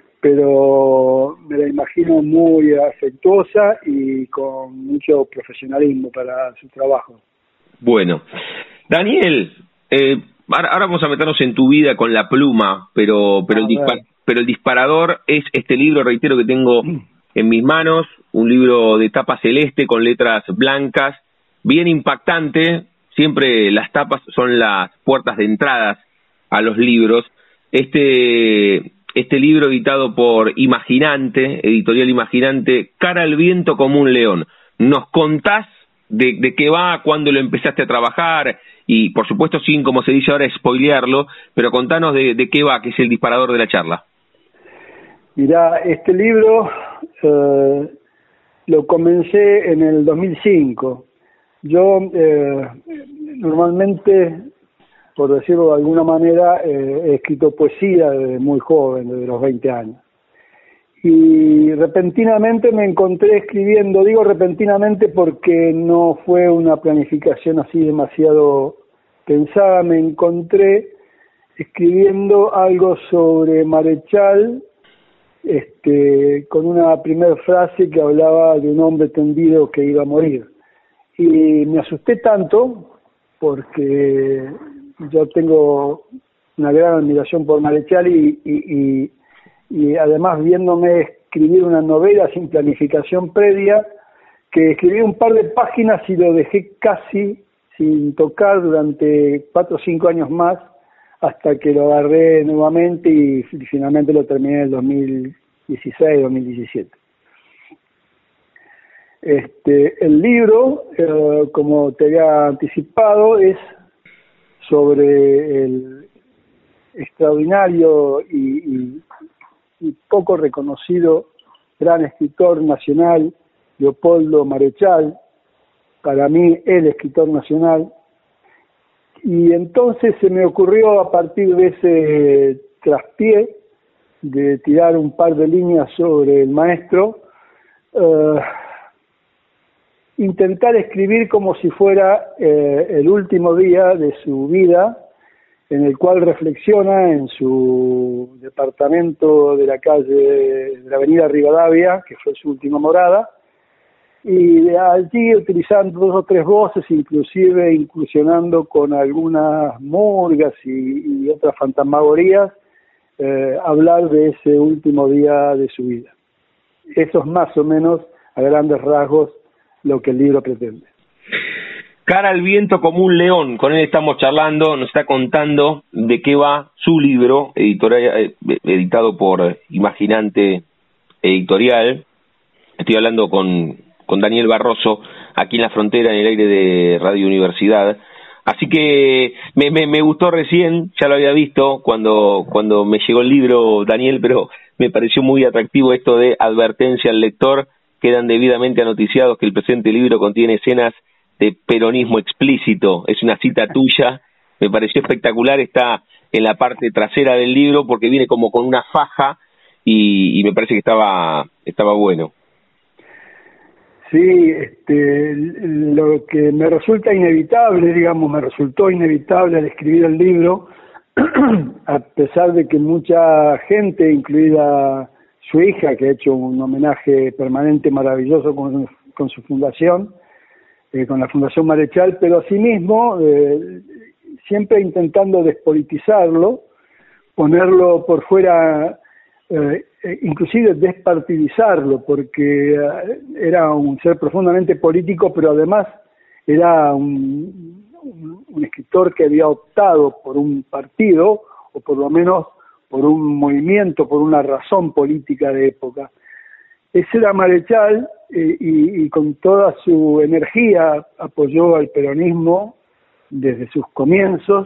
Speaker 6: pero me la imagino muy afectuosa y con mucho profesionalismo para su trabajo.
Speaker 3: Bueno, Daniel, eh, ahora, ahora vamos a meternos en tu vida con la pluma, pero pero, el, dispar, pero el disparador es este libro, reitero, que tengo en mis manos, un libro de tapa celeste con letras blancas, bien impactante. Siempre las tapas son las puertas de entrada a los libros. Este este libro editado por Imaginante, Editorial Imaginante, Cara al Viento como un león. ¿Nos contás de, de qué va, cuándo lo empezaste a trabajar? Y por supuesto sin, como se dice ahora, spoilearlo, pero contanos de, de qué va, que es el disparador de la charla.
Speaker 6: Mirá, este libro eh, lo comencé en el dos mil cinco. Yo, eh, normalmente, por decirlo de alguna manera, eh, he escrito poesía desde muy joven, desde los veinte años. Y repentinamente me encontré escribiendo, digo repentinamente porque no fue una planificación así demasiado pensada, me encontré escribiendo algo sobre Marechal, este, con una primera frase que hablaba de un hombre tendido que iba a morir. Y me asusté tanto porque yo tengo una gran admiración por Marechal y, y, y, y además viéndome escribir una novela sin planificación previa, que escribí un par de páginas y lo dejé casi sin tocar durante cuatro o cinco años más, hasta que lo agarré nuevamente y finalmente lo terminé en el dos mil dieciséis, dos mil diecisiete. Este, el libro, eh, como te había anticipado, es sobre el extraordinario y, y, y poco reconocido gran escritor nacional Leopoldo Marechal, para mí el escritor nacional. Y entonces se me ocurrió, a partir de ese traspié, de tirar un par de líneas sobre el maestro, uh, intentar escribir como si fuera eh, el último día de su vida, en el cual reflexiona en su departamento de la calle, de la avenida Rivadavia, que fue su última morada, y de allí utilizando dos o tres voces, inclusive incursionando con algunas murgas y, y otras fantasmagorías, eh, hablar de ese último día de su vida. Eso es más o menos, a grandes rasgos, lo que el libro pretende.
Speaker 3: Cara al viento como un león, con él estamos charlando, nos está contando de qué va su libro, editorial, editado por Imaginante Editorial. Estoy hablando con, con Daniel Barroso, aquí en la frontera, en el aire de Radio Universidad. Así que me, me, me gustó recién, ya lo había visto cuando, cuando me llegó el libro, Daniel, pero me pareció muy atractivo esto de advertencia al lector: quedan debidamente anoticiados que el presente libro contiene escenas de peronismo explícito. Es una cita tuya, me pareció espectacular, está en la parte trasera del libro porque viene como con una faja y, y me parece que estaba estaba bueno.
Speaker 6: Sí, este, lo que me resulta inevitable, digamos, me resultó inevitable al escribir el libro, a pesar de que mucha gente, incluida su hija, que ha hecho un homenaje permanente maravilloso con, con su fundación, eh, con la Fundación Marechal, pero asimismo, eh, siempre intentando despolitizarlo, ponerlo por fuera, eh, inclusive despartidizarlo, porque eh, era un ser profundamente político, pero además era un, un, un escritor que había optado por un partido, o por lo menos por un movimiento, por una razón política de época. Ese era Marechal, eh, y, y con toda su energía apoyó al peronismo desde sus comienzos.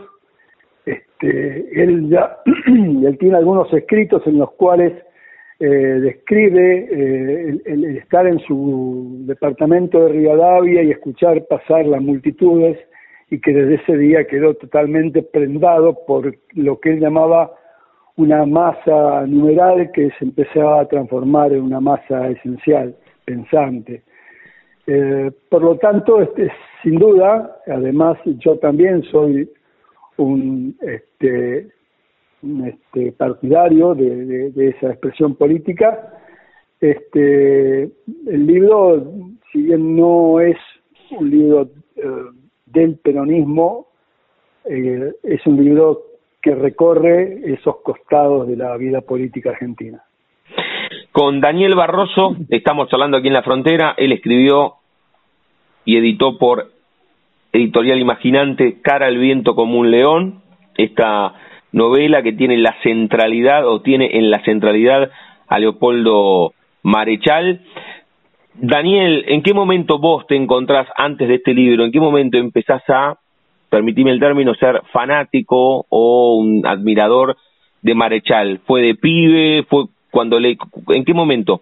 Speaker 6: Este, él ya él tiene algunos escritos en los cuales eh, describe eh, el, el, el estar en su departamento de Rivadavia y escuchar pasar las multitudes, y que desde ese día quedó totalmente prendado por lo que él llamaba una masa numeral que se empezaba a transformar en una masa esencial, pensante. Eh, por lo tanto, este, sin duda, además yo también soy un, este, un este, partidario de, de, de esa expresión política. Este, el libro, si bien no es un libro eh, del peronismo, eh, es un libro que recorre esos costados de la vida política argentina.
Speaker 3: Con Daniel Barroso estamos hablando aquí en la frontera. Él escribió y editó por Editorial Imaginante Cara al viento como un león, esta novela que tiene la centralidad, o tiene en la centralidad a Leopoldo Marechal. Daniel, ¿en qué momento vos te encontrás antes de este libro? ¿En qué momento empezás a, permitime el término, ser fanático o un admirador de Marechal? ¿Fue de pibe? ¿Fue cuando le, ¿en qué momento?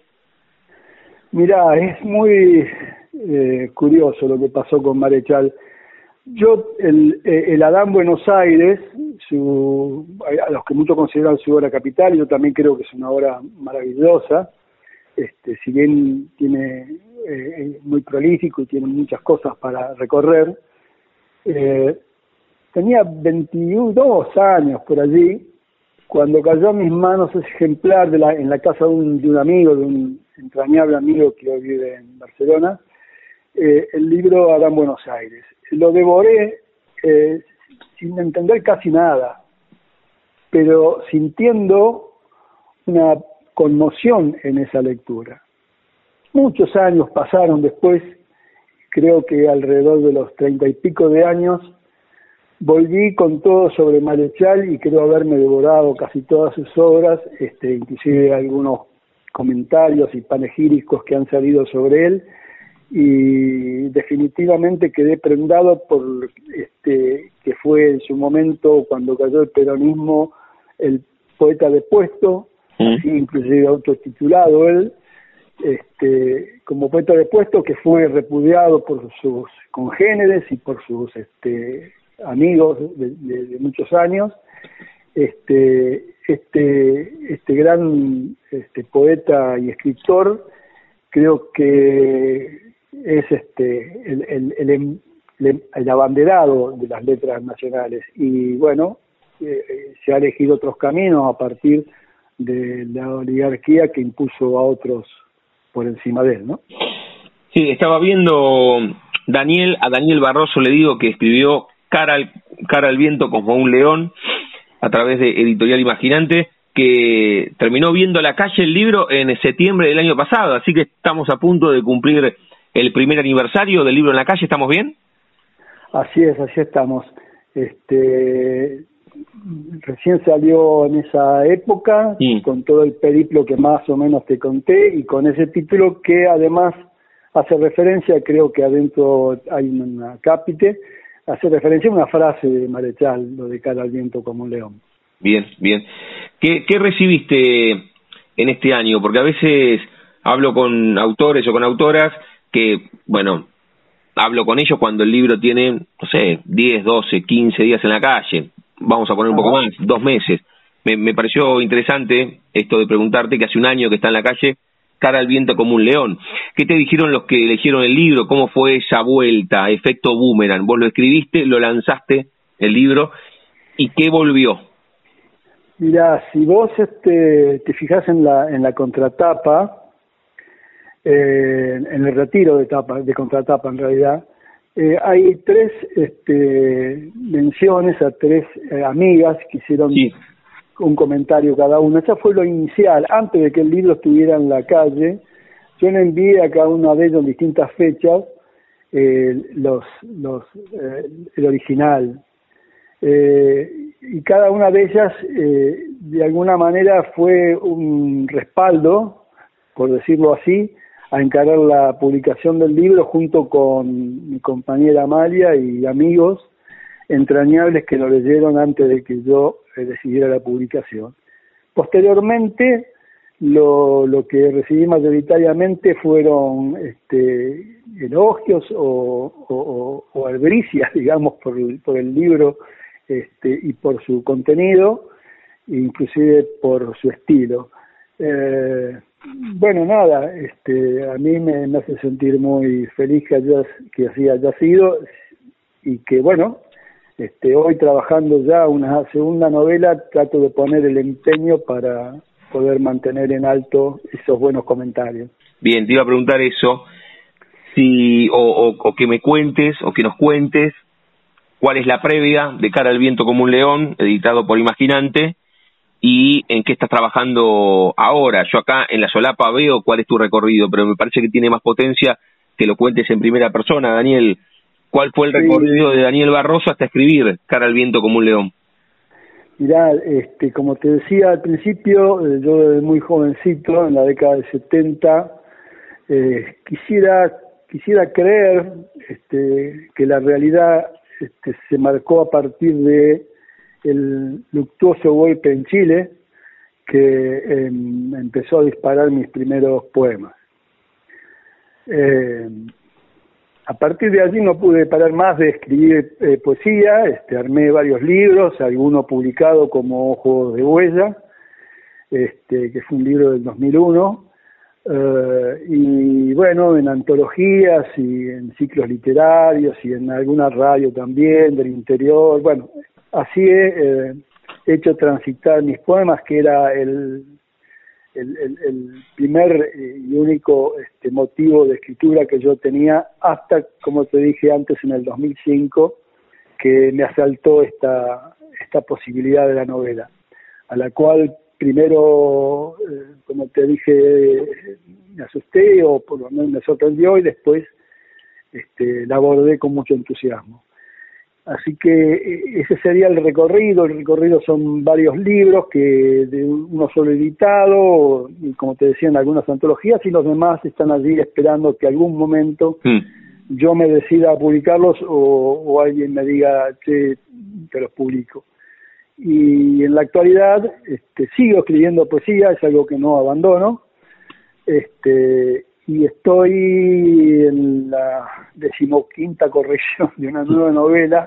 Speaker 6: Mirá, es muy eh, curioso lo que pasó con Marechal. Yo, el, el Adán Buenos Aires, su, a los que muchos consideran su obra capital, yo también creo que es una obra maravillosa, este, si bien tiene eh, muy prolífico y tiene muchas cosas para recorrer. Eh, tenía veintidós años por allí, cuando cayó a mis manos ese ejemplar de la, en la casa de un, de un amigo, de un entrañable amigo que hoy vive en Barcelona, eh, el libro Adán Buenos Aires. Lo devoré eh, sin entender casi nada, pero sintiendo una conmoción en esa lectura. Muchos años pasaron después, creo que alrededor de los treinta y pico de años, volví con todo sobre Marechal y creo haberme devorado casi todas sus obras, este, inclusive algunos comentarios y panegíricos que han salido sobre él, y definitivamente quedé prendado por este que fue en su momento, cuando cayó el peronismo, el poeta de puesto, ¿Mm? Así inclusive autotitulado él, este como poeta de puesto, que fue repudiado por sus congéneres y por sus este amigos de, de, de muchos años. Este este este gran este poeta y escritor, creo que es este el, el, el, el, el abanderado de las letras nacionales, y bueno, eh, se ha elegido otros caminos a partir de la oligarquía que impuso a otros por encima de él, ¿no?
Speaker 3: Sí, estaba viendo Daniel, a Daniel Barroso le digo que escribió Cara al, Cara al viento como un león a través de Editorial Imaginante, que terminó viendo a la calle el libro en septiembre del año pasado, así que estamos a punto de cumplir el primer aniversario del libro en la calle. ¿Estamos bien?
Speaker 6: Así es, así estamos. Este recién salió en esa época, sí, con todo el periplo que más o menos te conté, y con ese título que además hace referencia, creo que adentro hay una cápite, hace referencia a una frase de Marechal, lo de Cara al viento como un león.
Speaker 3: Bien, bien. ¿Qué, qué recibiste en este año? Porque a veces hablo con autores o con autoras que, bueno, hablo con ellos cuando el libro tiene, no sé, diez, doce, quince días en la calle, vamos a poner un Ajá. poco más, dos meses. Me, me pareció interesante esto de preguntarte, que hace un año que está en la calle, Cara al viento como un león. ¿Qué te dijeron los que eligieron el libro? ¿Cómo fue esa vuelta, efecto boomerang? Vos lo escribiste, lo lanzaste, el libro, ¿y qué volvió?
Speaker 6: Mira, si vos este, te fijas en la en la contratapa, eh, en el retiro de tapa, de contratapa en realidad, eh, hay tres este, menciones a tres eh, amigas que hicieron sí. un comentario cada una. Esa fue lo inicial, antes de que el libro estuviera en la calle. Yo le envié a cada una de ellos en distintas fechas eh, los los eh, el original. Eh, y cada una de ellas eh, de alguna manera fue un respaldo, por decirlo así, a encarar la publicación del libro junto con mi compañera Amalia y amigos entrañables que lo leyeron antes de que yo eh, decidiera la publicación. Posteriormente, lo, lo que recibí mayoritariamente fueron este, elogios o, o, o albricias, digamos, por el, por el libro este, y por su contenido, inclusive por su estilo. Eh, bueno, nada, este, a mí me, me hace sentir muy feliz que, haya, que así haya sido, y que, bueno, este, hoy trabajando ya una segunda novela, trato de poner el empeño para poder mantener en alto esos buenos comentarios.
Speaker 3: Bien, te iba a preguntar eso, si o, o, o que me cuentes, o que nos cuentes, cuál es la previa de Cara al viento como un león, editado por Imaginante, y en qué estás trabajando ahora. Yo acá en la solapa veo cuál es tu recorrido, pero me parece que tiene más potencia que lo cuentes en primera persona. Daniel, ¿cuál fue el recorrido sí. de Daniel Barroso hasta escribir Cara al viento como un león?
Speaker 6: Mirá, este, como te decía al principio, eh, yo desde muy jovencito, en la década del setenta, eh, quisiera quisiera creer este, que la realidad este, se marcó a partir de el luctuoso golpe en Chile, que eh, empezó a disparar mis primeros poemas. Eh, a partir de allí no pude parar más de escribir eh, poesía, este, armé varios libros, alguno publicado como Ojos de Huella, este, que fue un libro del dos mil uno, eh, y bueno, en antologías y en ciclos literarios y en alguna radio también del interior. Bueno, así he eh, hecho transitar mis poemas, que era el El, el, el primer y único este, motivo de escritura que yo tenía hasta, como te dije antes, en el dos mil cinco, que me asaltó esta, esta posibilidad de la novela, a la cual primero, eh, como te dije, me asusté o por lo menos me sorprendió, y después este, la abordé con mucho entusiasmo. Así que ese sería el recorrido. El recorrido son varios libros, que de uno solo editado, y como te decía, en algunas antologías, y los demás están allí esperando que algún momento mm. yo me decida a publicarlos, o, o alguien me diga, che, te los publico. Y en la actualidad este, sigo escribiendo poesía, es algo que no abandono, este y estoy en la decimoquinta corrección de una nueva novela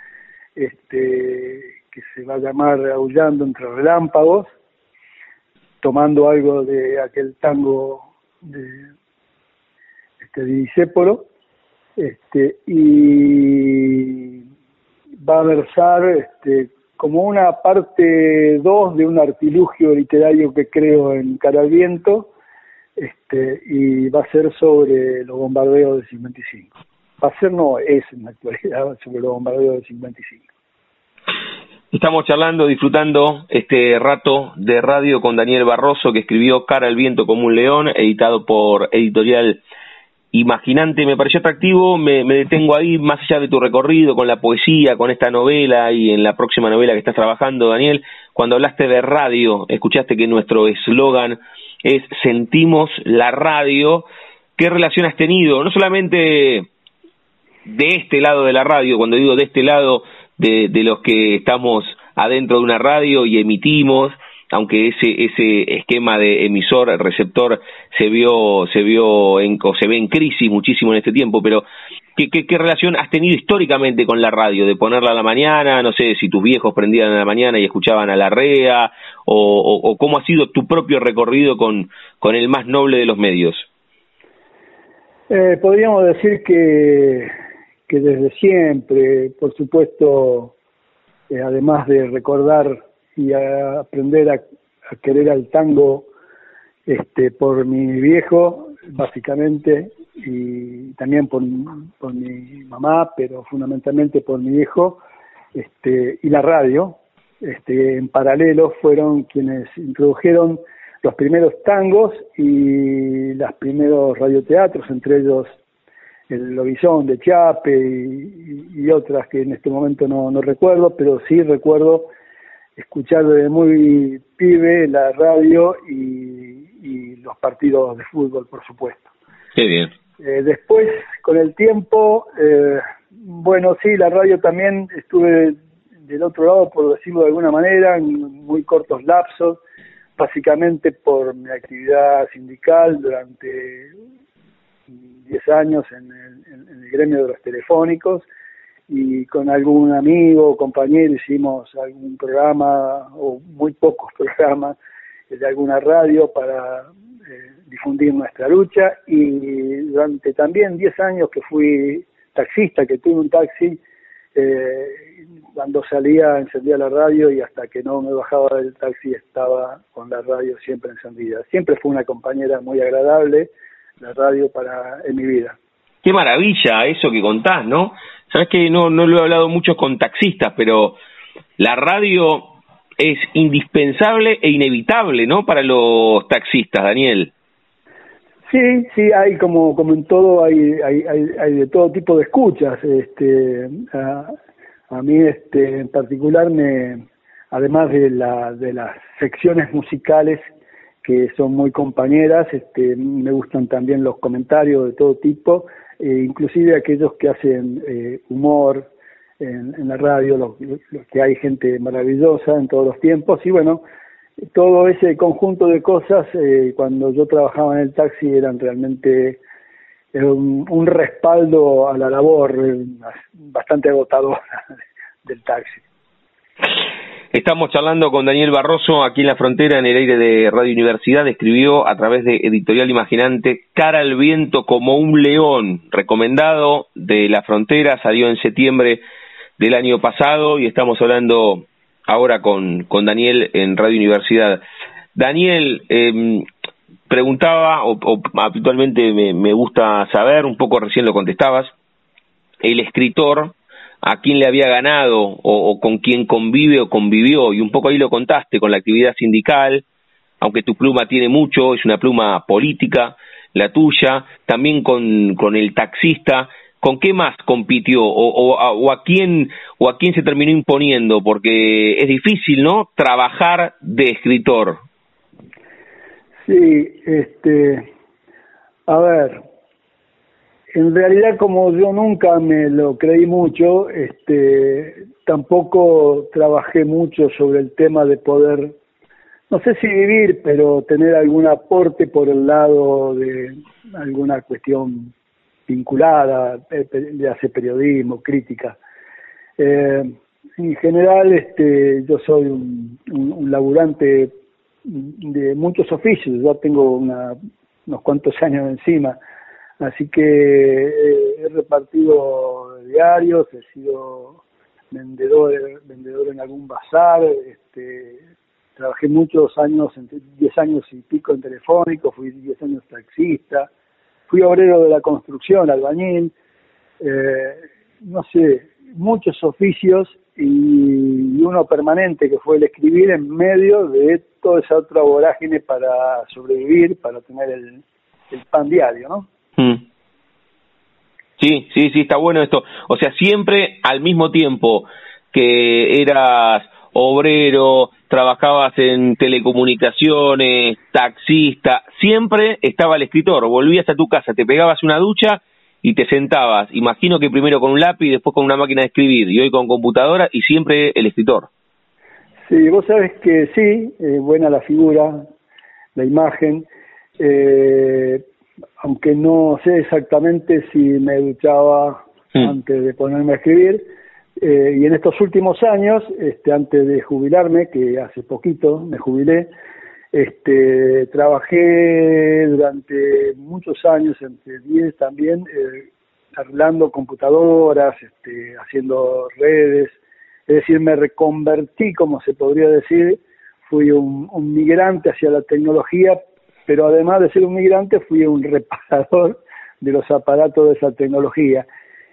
Speaker 6: este, que se va a llamar Aullando entre relámpagos, tomando algo de aquel tango de, este, de Discépolo, este, y va a versar este, como una parte dos de un artilugio literario que creo en Cara al Viento, Este, y va a ser sobre los bombardeos del cincuenta y cinco. Va a ser, no, es en la actualidad sobre los bombardeos del cincuenta y cinco.
Speaker 3: Estamos charlando, disfrutando este rato de radio con Daniel Barroso, que escribió Cara al Viento como un león, editado por Editorial Imaginante. Me pareció atractivo, me, me detengo ahí, más allá de tu recorrido con la poesía, con esta novela y en la próxima novela que estás trabajando, Daniel. Cuando hablaste de radio, escuchaste que nuestro eslogan es sentimos la radio. ¿Qué relación has tenido? No solamente de este lado de la radio, cuando digo de este lado de, de los que estamos adentro de una radio y emitimos, aunque ese ese esquema de emisor receptor se vio se vio en, o se ve en crisis muchísimo en este tiempo, pero ¿qué, qué, qué relación has tenido históricamente con la radio? De ponerla a la mañana, no sé si tus viejos prendían a la mañana y escuchaban a Larrea, o, o, o cómo ha sido tu propio recorrido con, con el más noble de los medios.
Speaker 6: Eh, podríamos decir que, que desde siempre, por supuesto, eh, además de recordar y a aprender a, a querer al tango este, por mi viejo, básicamente, y también por, por mi mamá, pero fundamentalmente por mi viejo, este, y la radio, este, en paralelo fueron quienes introdujeron los primeros tangos y los primeros radioteatros, entre ellos el Lobizón de Chiappe y, y otras que en este momento no, no recuerdo, pero sí recuerdo escuchar desde muy pibe la radio y, y los partidos de fútbol, por supuesto.
Speaker 3: Qué bien.
Speaker 6: Eh, después, con el tiempo, eh, bueno, sí, la radio también estuve del otro lado, por decirlo de alguna manera, en muy cortos lapsos, básicamente por mi actividad sindical durante diez años en el, en el gremio de los telefónicos, y con algún amigo o compañero hicimos algún programa, o muy pocos programas, de alguna radio para eh, difundir nuestra lucha, y durante también diez años que fui taxista, que tuve un taxi, eh, cuando salía encendía la radio y hasta que no me bajaba del taxi estaba con la radio siempre encendida. Siempre fue una compañera muy agradable la radio para en mi vida.
Speaker 3: Qué maravilla eso que contás, ¿no? Sabes que no, no lo he hablado mucho con taxistas, pero la radio es indispensable e inevitable, ¿no? Para los taxistas, Daniel.
Speaker 6: Sí, sí, hay como como en todo, hay hay hay, hay de todo tipo de escuchas. Este, a, a mí, este, en particular, me, además de la de las secciones musicales que son muy compañeras, este, me gustan también los comentarios de todo tipo, eh, inclusive aquellos que hacen eh, humor en, en la radio, los, los que hay gente maravillosa en todos los tiempos, y bueno, todo ese conjunto de cosas, eh, cuando yo trabajaba en el taxi, eran realmente un, un respaldo a la labor bastante agotadora del taxi.
Speaker 3: Estamos charlando con Daniel Barroso aquí en La Frontera, en el aire de Radio Universidad. Escribió a través de Editorial Imaginante Cara al viento como un león, recomendado de La Frontera, salió en septiembre del año pasado y estamos hablando ahora con, con Daniel en Radio Universidad. Daniel, eh, preguntaba, o, o habitualmente me, me gusta saber, un poco recién lo contestabas, el escritor a quién le había ganado o, o con quién convive o convivió, y un poco ahí lo contaste con la actividad sindical, aunque tu pluma tiene mucho, es una pluma política, la tuya, también con, con el taxista. ¿Con qué más compitió o, o, a, o a quién o a quién se terminó imponiendo? Porque es difícil, ¿no?, trabajar de escritor.
Speaker 6: Sí, este, a ver, en realidad como yo nunca me lo creí mucho, este, tampoco trabajé mucho sobre el tema de poder, no sé si vivir, pero tener algún aporte por el lado de alguna cuestión vinculada, de hacer periodismo, crítica. Eh, en general, este, yo soy un, un, un laburante de muchos oficios, ya tengo una, unos cuantos años encima, así que eh, he repartido diarios, he sido vendedor, vendedor en algún bazar, este, trabajé muchos años, diez años y pico en Telefónico, fui diez años taxista, fui obrero de la construcción, albañil, eh, no sé, muchos oficios y uno permanente que fue el escribir en medio de toda esa otra vorágine para sobrevivir, para tener el, el pan diario, ¿no?
Speaker 3: Hmm. Sí, sí, sí, está bueno esto. O sea, siempre al mismo tiempo que eras obrero, trabajabas en telecomunicaciones, taxista, siempre estaba el escritor. Volvías a tu casa, te pegabas una ducha y te sentabas. Imagino que primero con un lápiz, después con una máquina de escribir y hoy con computadora y siempre el escritor.
Speaker 6: Sí, vos sabés que sí, eh, buena la figura, la imagen, eh, aunque no sé exactamente si me duchaba sí. antes de ponerme a escribir. Eh, y en estos últimos años, este, antes de jubilarme, que hace poquito me jubilé, este, trabajé durante muchos años, entre diez también, eh, arreglando computadoras, este, haciendo redes, es decir, me reconvertí, como se podría decir, fui un, un migrante hacia la tecnología, pero además de ser un migrante, fui un reparador de los aparatos de esa tecnología.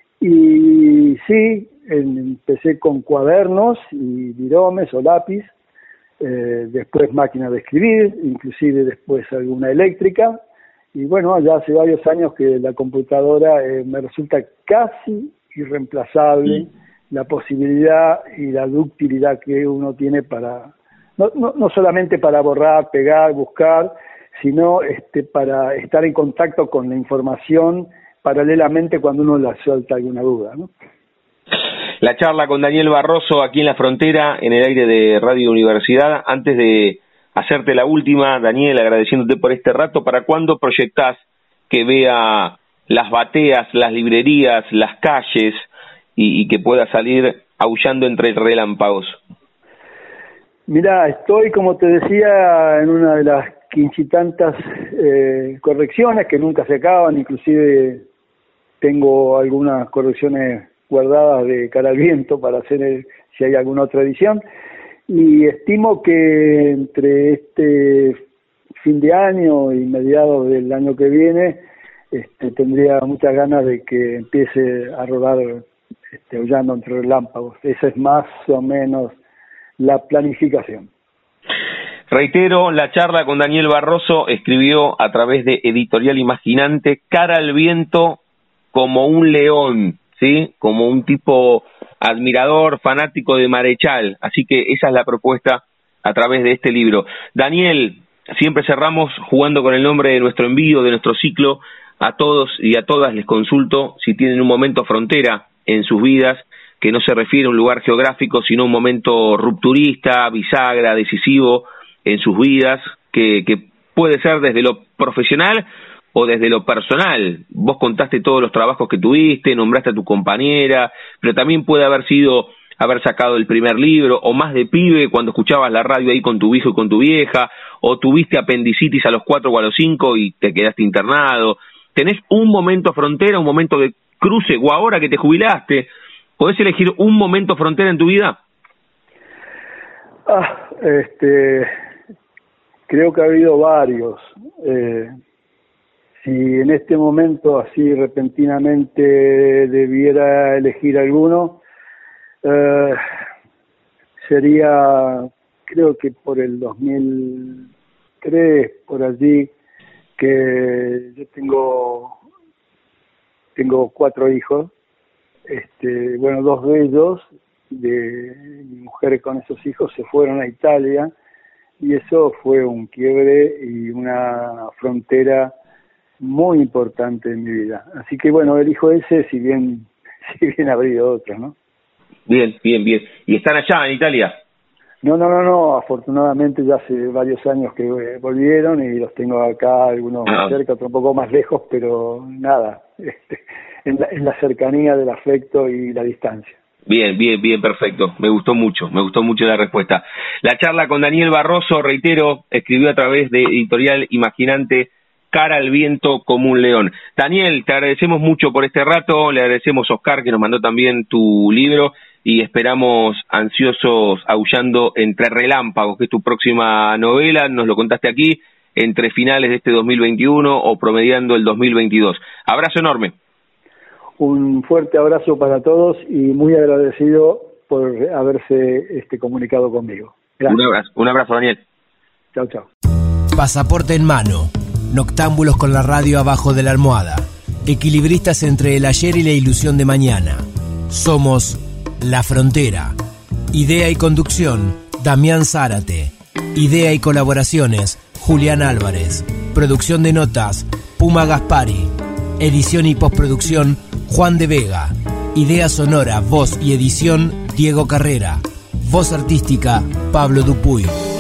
Speaker 6: Y sí, empecé con cuadernos y viromes o lápiz, eh, después máquina de escribir, inclusive después alguna eléctrica, y bueno, ya hace varios años que la computadora eh, me resulta casi irreemplazable, sí. la posibilidad y la ductilidad que uno tiene para, no, no, no solamente para borrar, pegar, buscar, sino este, para estar en contacto con la información paralelamente cuando uno la suelta alguna duda, ¿no?
Speaker 3: La charla con Daniel Barroso aquí en La Frontera, en el aire de Radio Universidad. Antes de hacerte la última, Daniel, agradeciéndote por este rato, ¿para cuándo proyectás que vea las bateas, las librerías, las calles y, y que pueda salir aullando entre relámpagos?
Speaker 6: Mirá, estoy, como te decía, en una de las quincitantas eh, correcciones que nunca se acaban, inclusive tengo algunas correcciones guardadas de cara al viento para hacer el, si hay alguna otra edición, y estimo que entre este fin de año y mediados del año que viene este, tendría muchas ganas de que empiece a rodar este, aullando entre relámpagos. Esa es más o menos la planificación.
Speaker 3: Reitero, la charla con Daniel Barroso, escribió a través de Editorial Imaginante, Cara al viento como un león, ¿sí? Como un tipo admirador, fanático de Marechal. Así que esa es la propuesta a través de este libro. Daniel, siempre cerramos jugando con el nombre de nuestro envío, de nuestro ciclo. A todos y a todas les consulto si tienen un momento frontera en sus vidas, que no se refiere a un lugar geográfico, sino un momento rupturista, bisagra, decisivo en sus vidas, que, que puede ser desde lo profesional o desde lo personal? Vos contaste todos los trabajos que tuviste, nombraste a tu compañera, pero también puede haber sido haber sacado el primer libro, o más de pibe cuando escuchabas la radio ahí con tu viejo y con tu vieja, o tuviste apendicitis a los cuatro o a los cinco y te quedaste internado. ¿Tenés un momento frontera, un momento de cruce, o ahora que te jubilaste, podés elegir un momento frontera en tu vida?
Speaker 6: Ah, este, creo que ha habido varios. Eh, si en este momento así repentinamente debiera elegir alguno, eh, sería, creo que por el dos mil tres, por allí, que yo tengo tengo cuatro hijos, este, bueno, dos de ellos, de mi mujer con esos hijos, se fueron a Italia, y eso fue un quiebre y una frontera muy importante en mi vida. Así que bueno, elijo ese, si bien si bien ha habido otros, ¿no?
Speaker 3: Bien, bien, bien. ¿Y están allá en Italia?
Speaker 6: No, no, no, no, afortunadamente ya hace varios años que volvieron y los tengo acá, algunos
Speaker 3: ah.
Speaker 6: más cerca, otros un poco más lejos, pero nada, este, en, la, en la cercanía del afecto y la distancia.
Speaker 3: Bien, bien, bien, perfecto. Me gustó mucho, me gustó mucho la respuesta. La charla con Daniel Barroso, reitero, escribió a través de Editorial Imaginante, Cara al viento como un león. Daniel, te agradecemos mucho por este rato, le agradecemos a Oscar que nos mandó también tu libro y esperamos ansiosos Aullando entre relámpagos, que es tu próxima novela, nos lo contaste aquí, entre finales de este dos mil veintiuno o promediando el dos mil veintidós. Abrazo enorme.
Speaker 6: Un fuerte abrazo para todos y muy agradecido por haberse este, comunicado conmigo. Gracias.
Speaker 3: Un abrazo, un abrazo, Daniel.
Speaker 6: Chao, chao.
Speaker 7: Pasaporte en mano. Noctámbulos con la radio abajo de la almohada. Equilibristas entre el ayer y la ilusión de mañana. Somos La Frontera. Idea y conducción, Damián Zárate. Idea y colaboraciones, Julián Álvarez. Producción de notas, Puma Gaspari. Edición y postproducción, Juan de Vega. Idea sonora, voz y edición, Diego Carrera. Voz artística, Pablo Dupuy.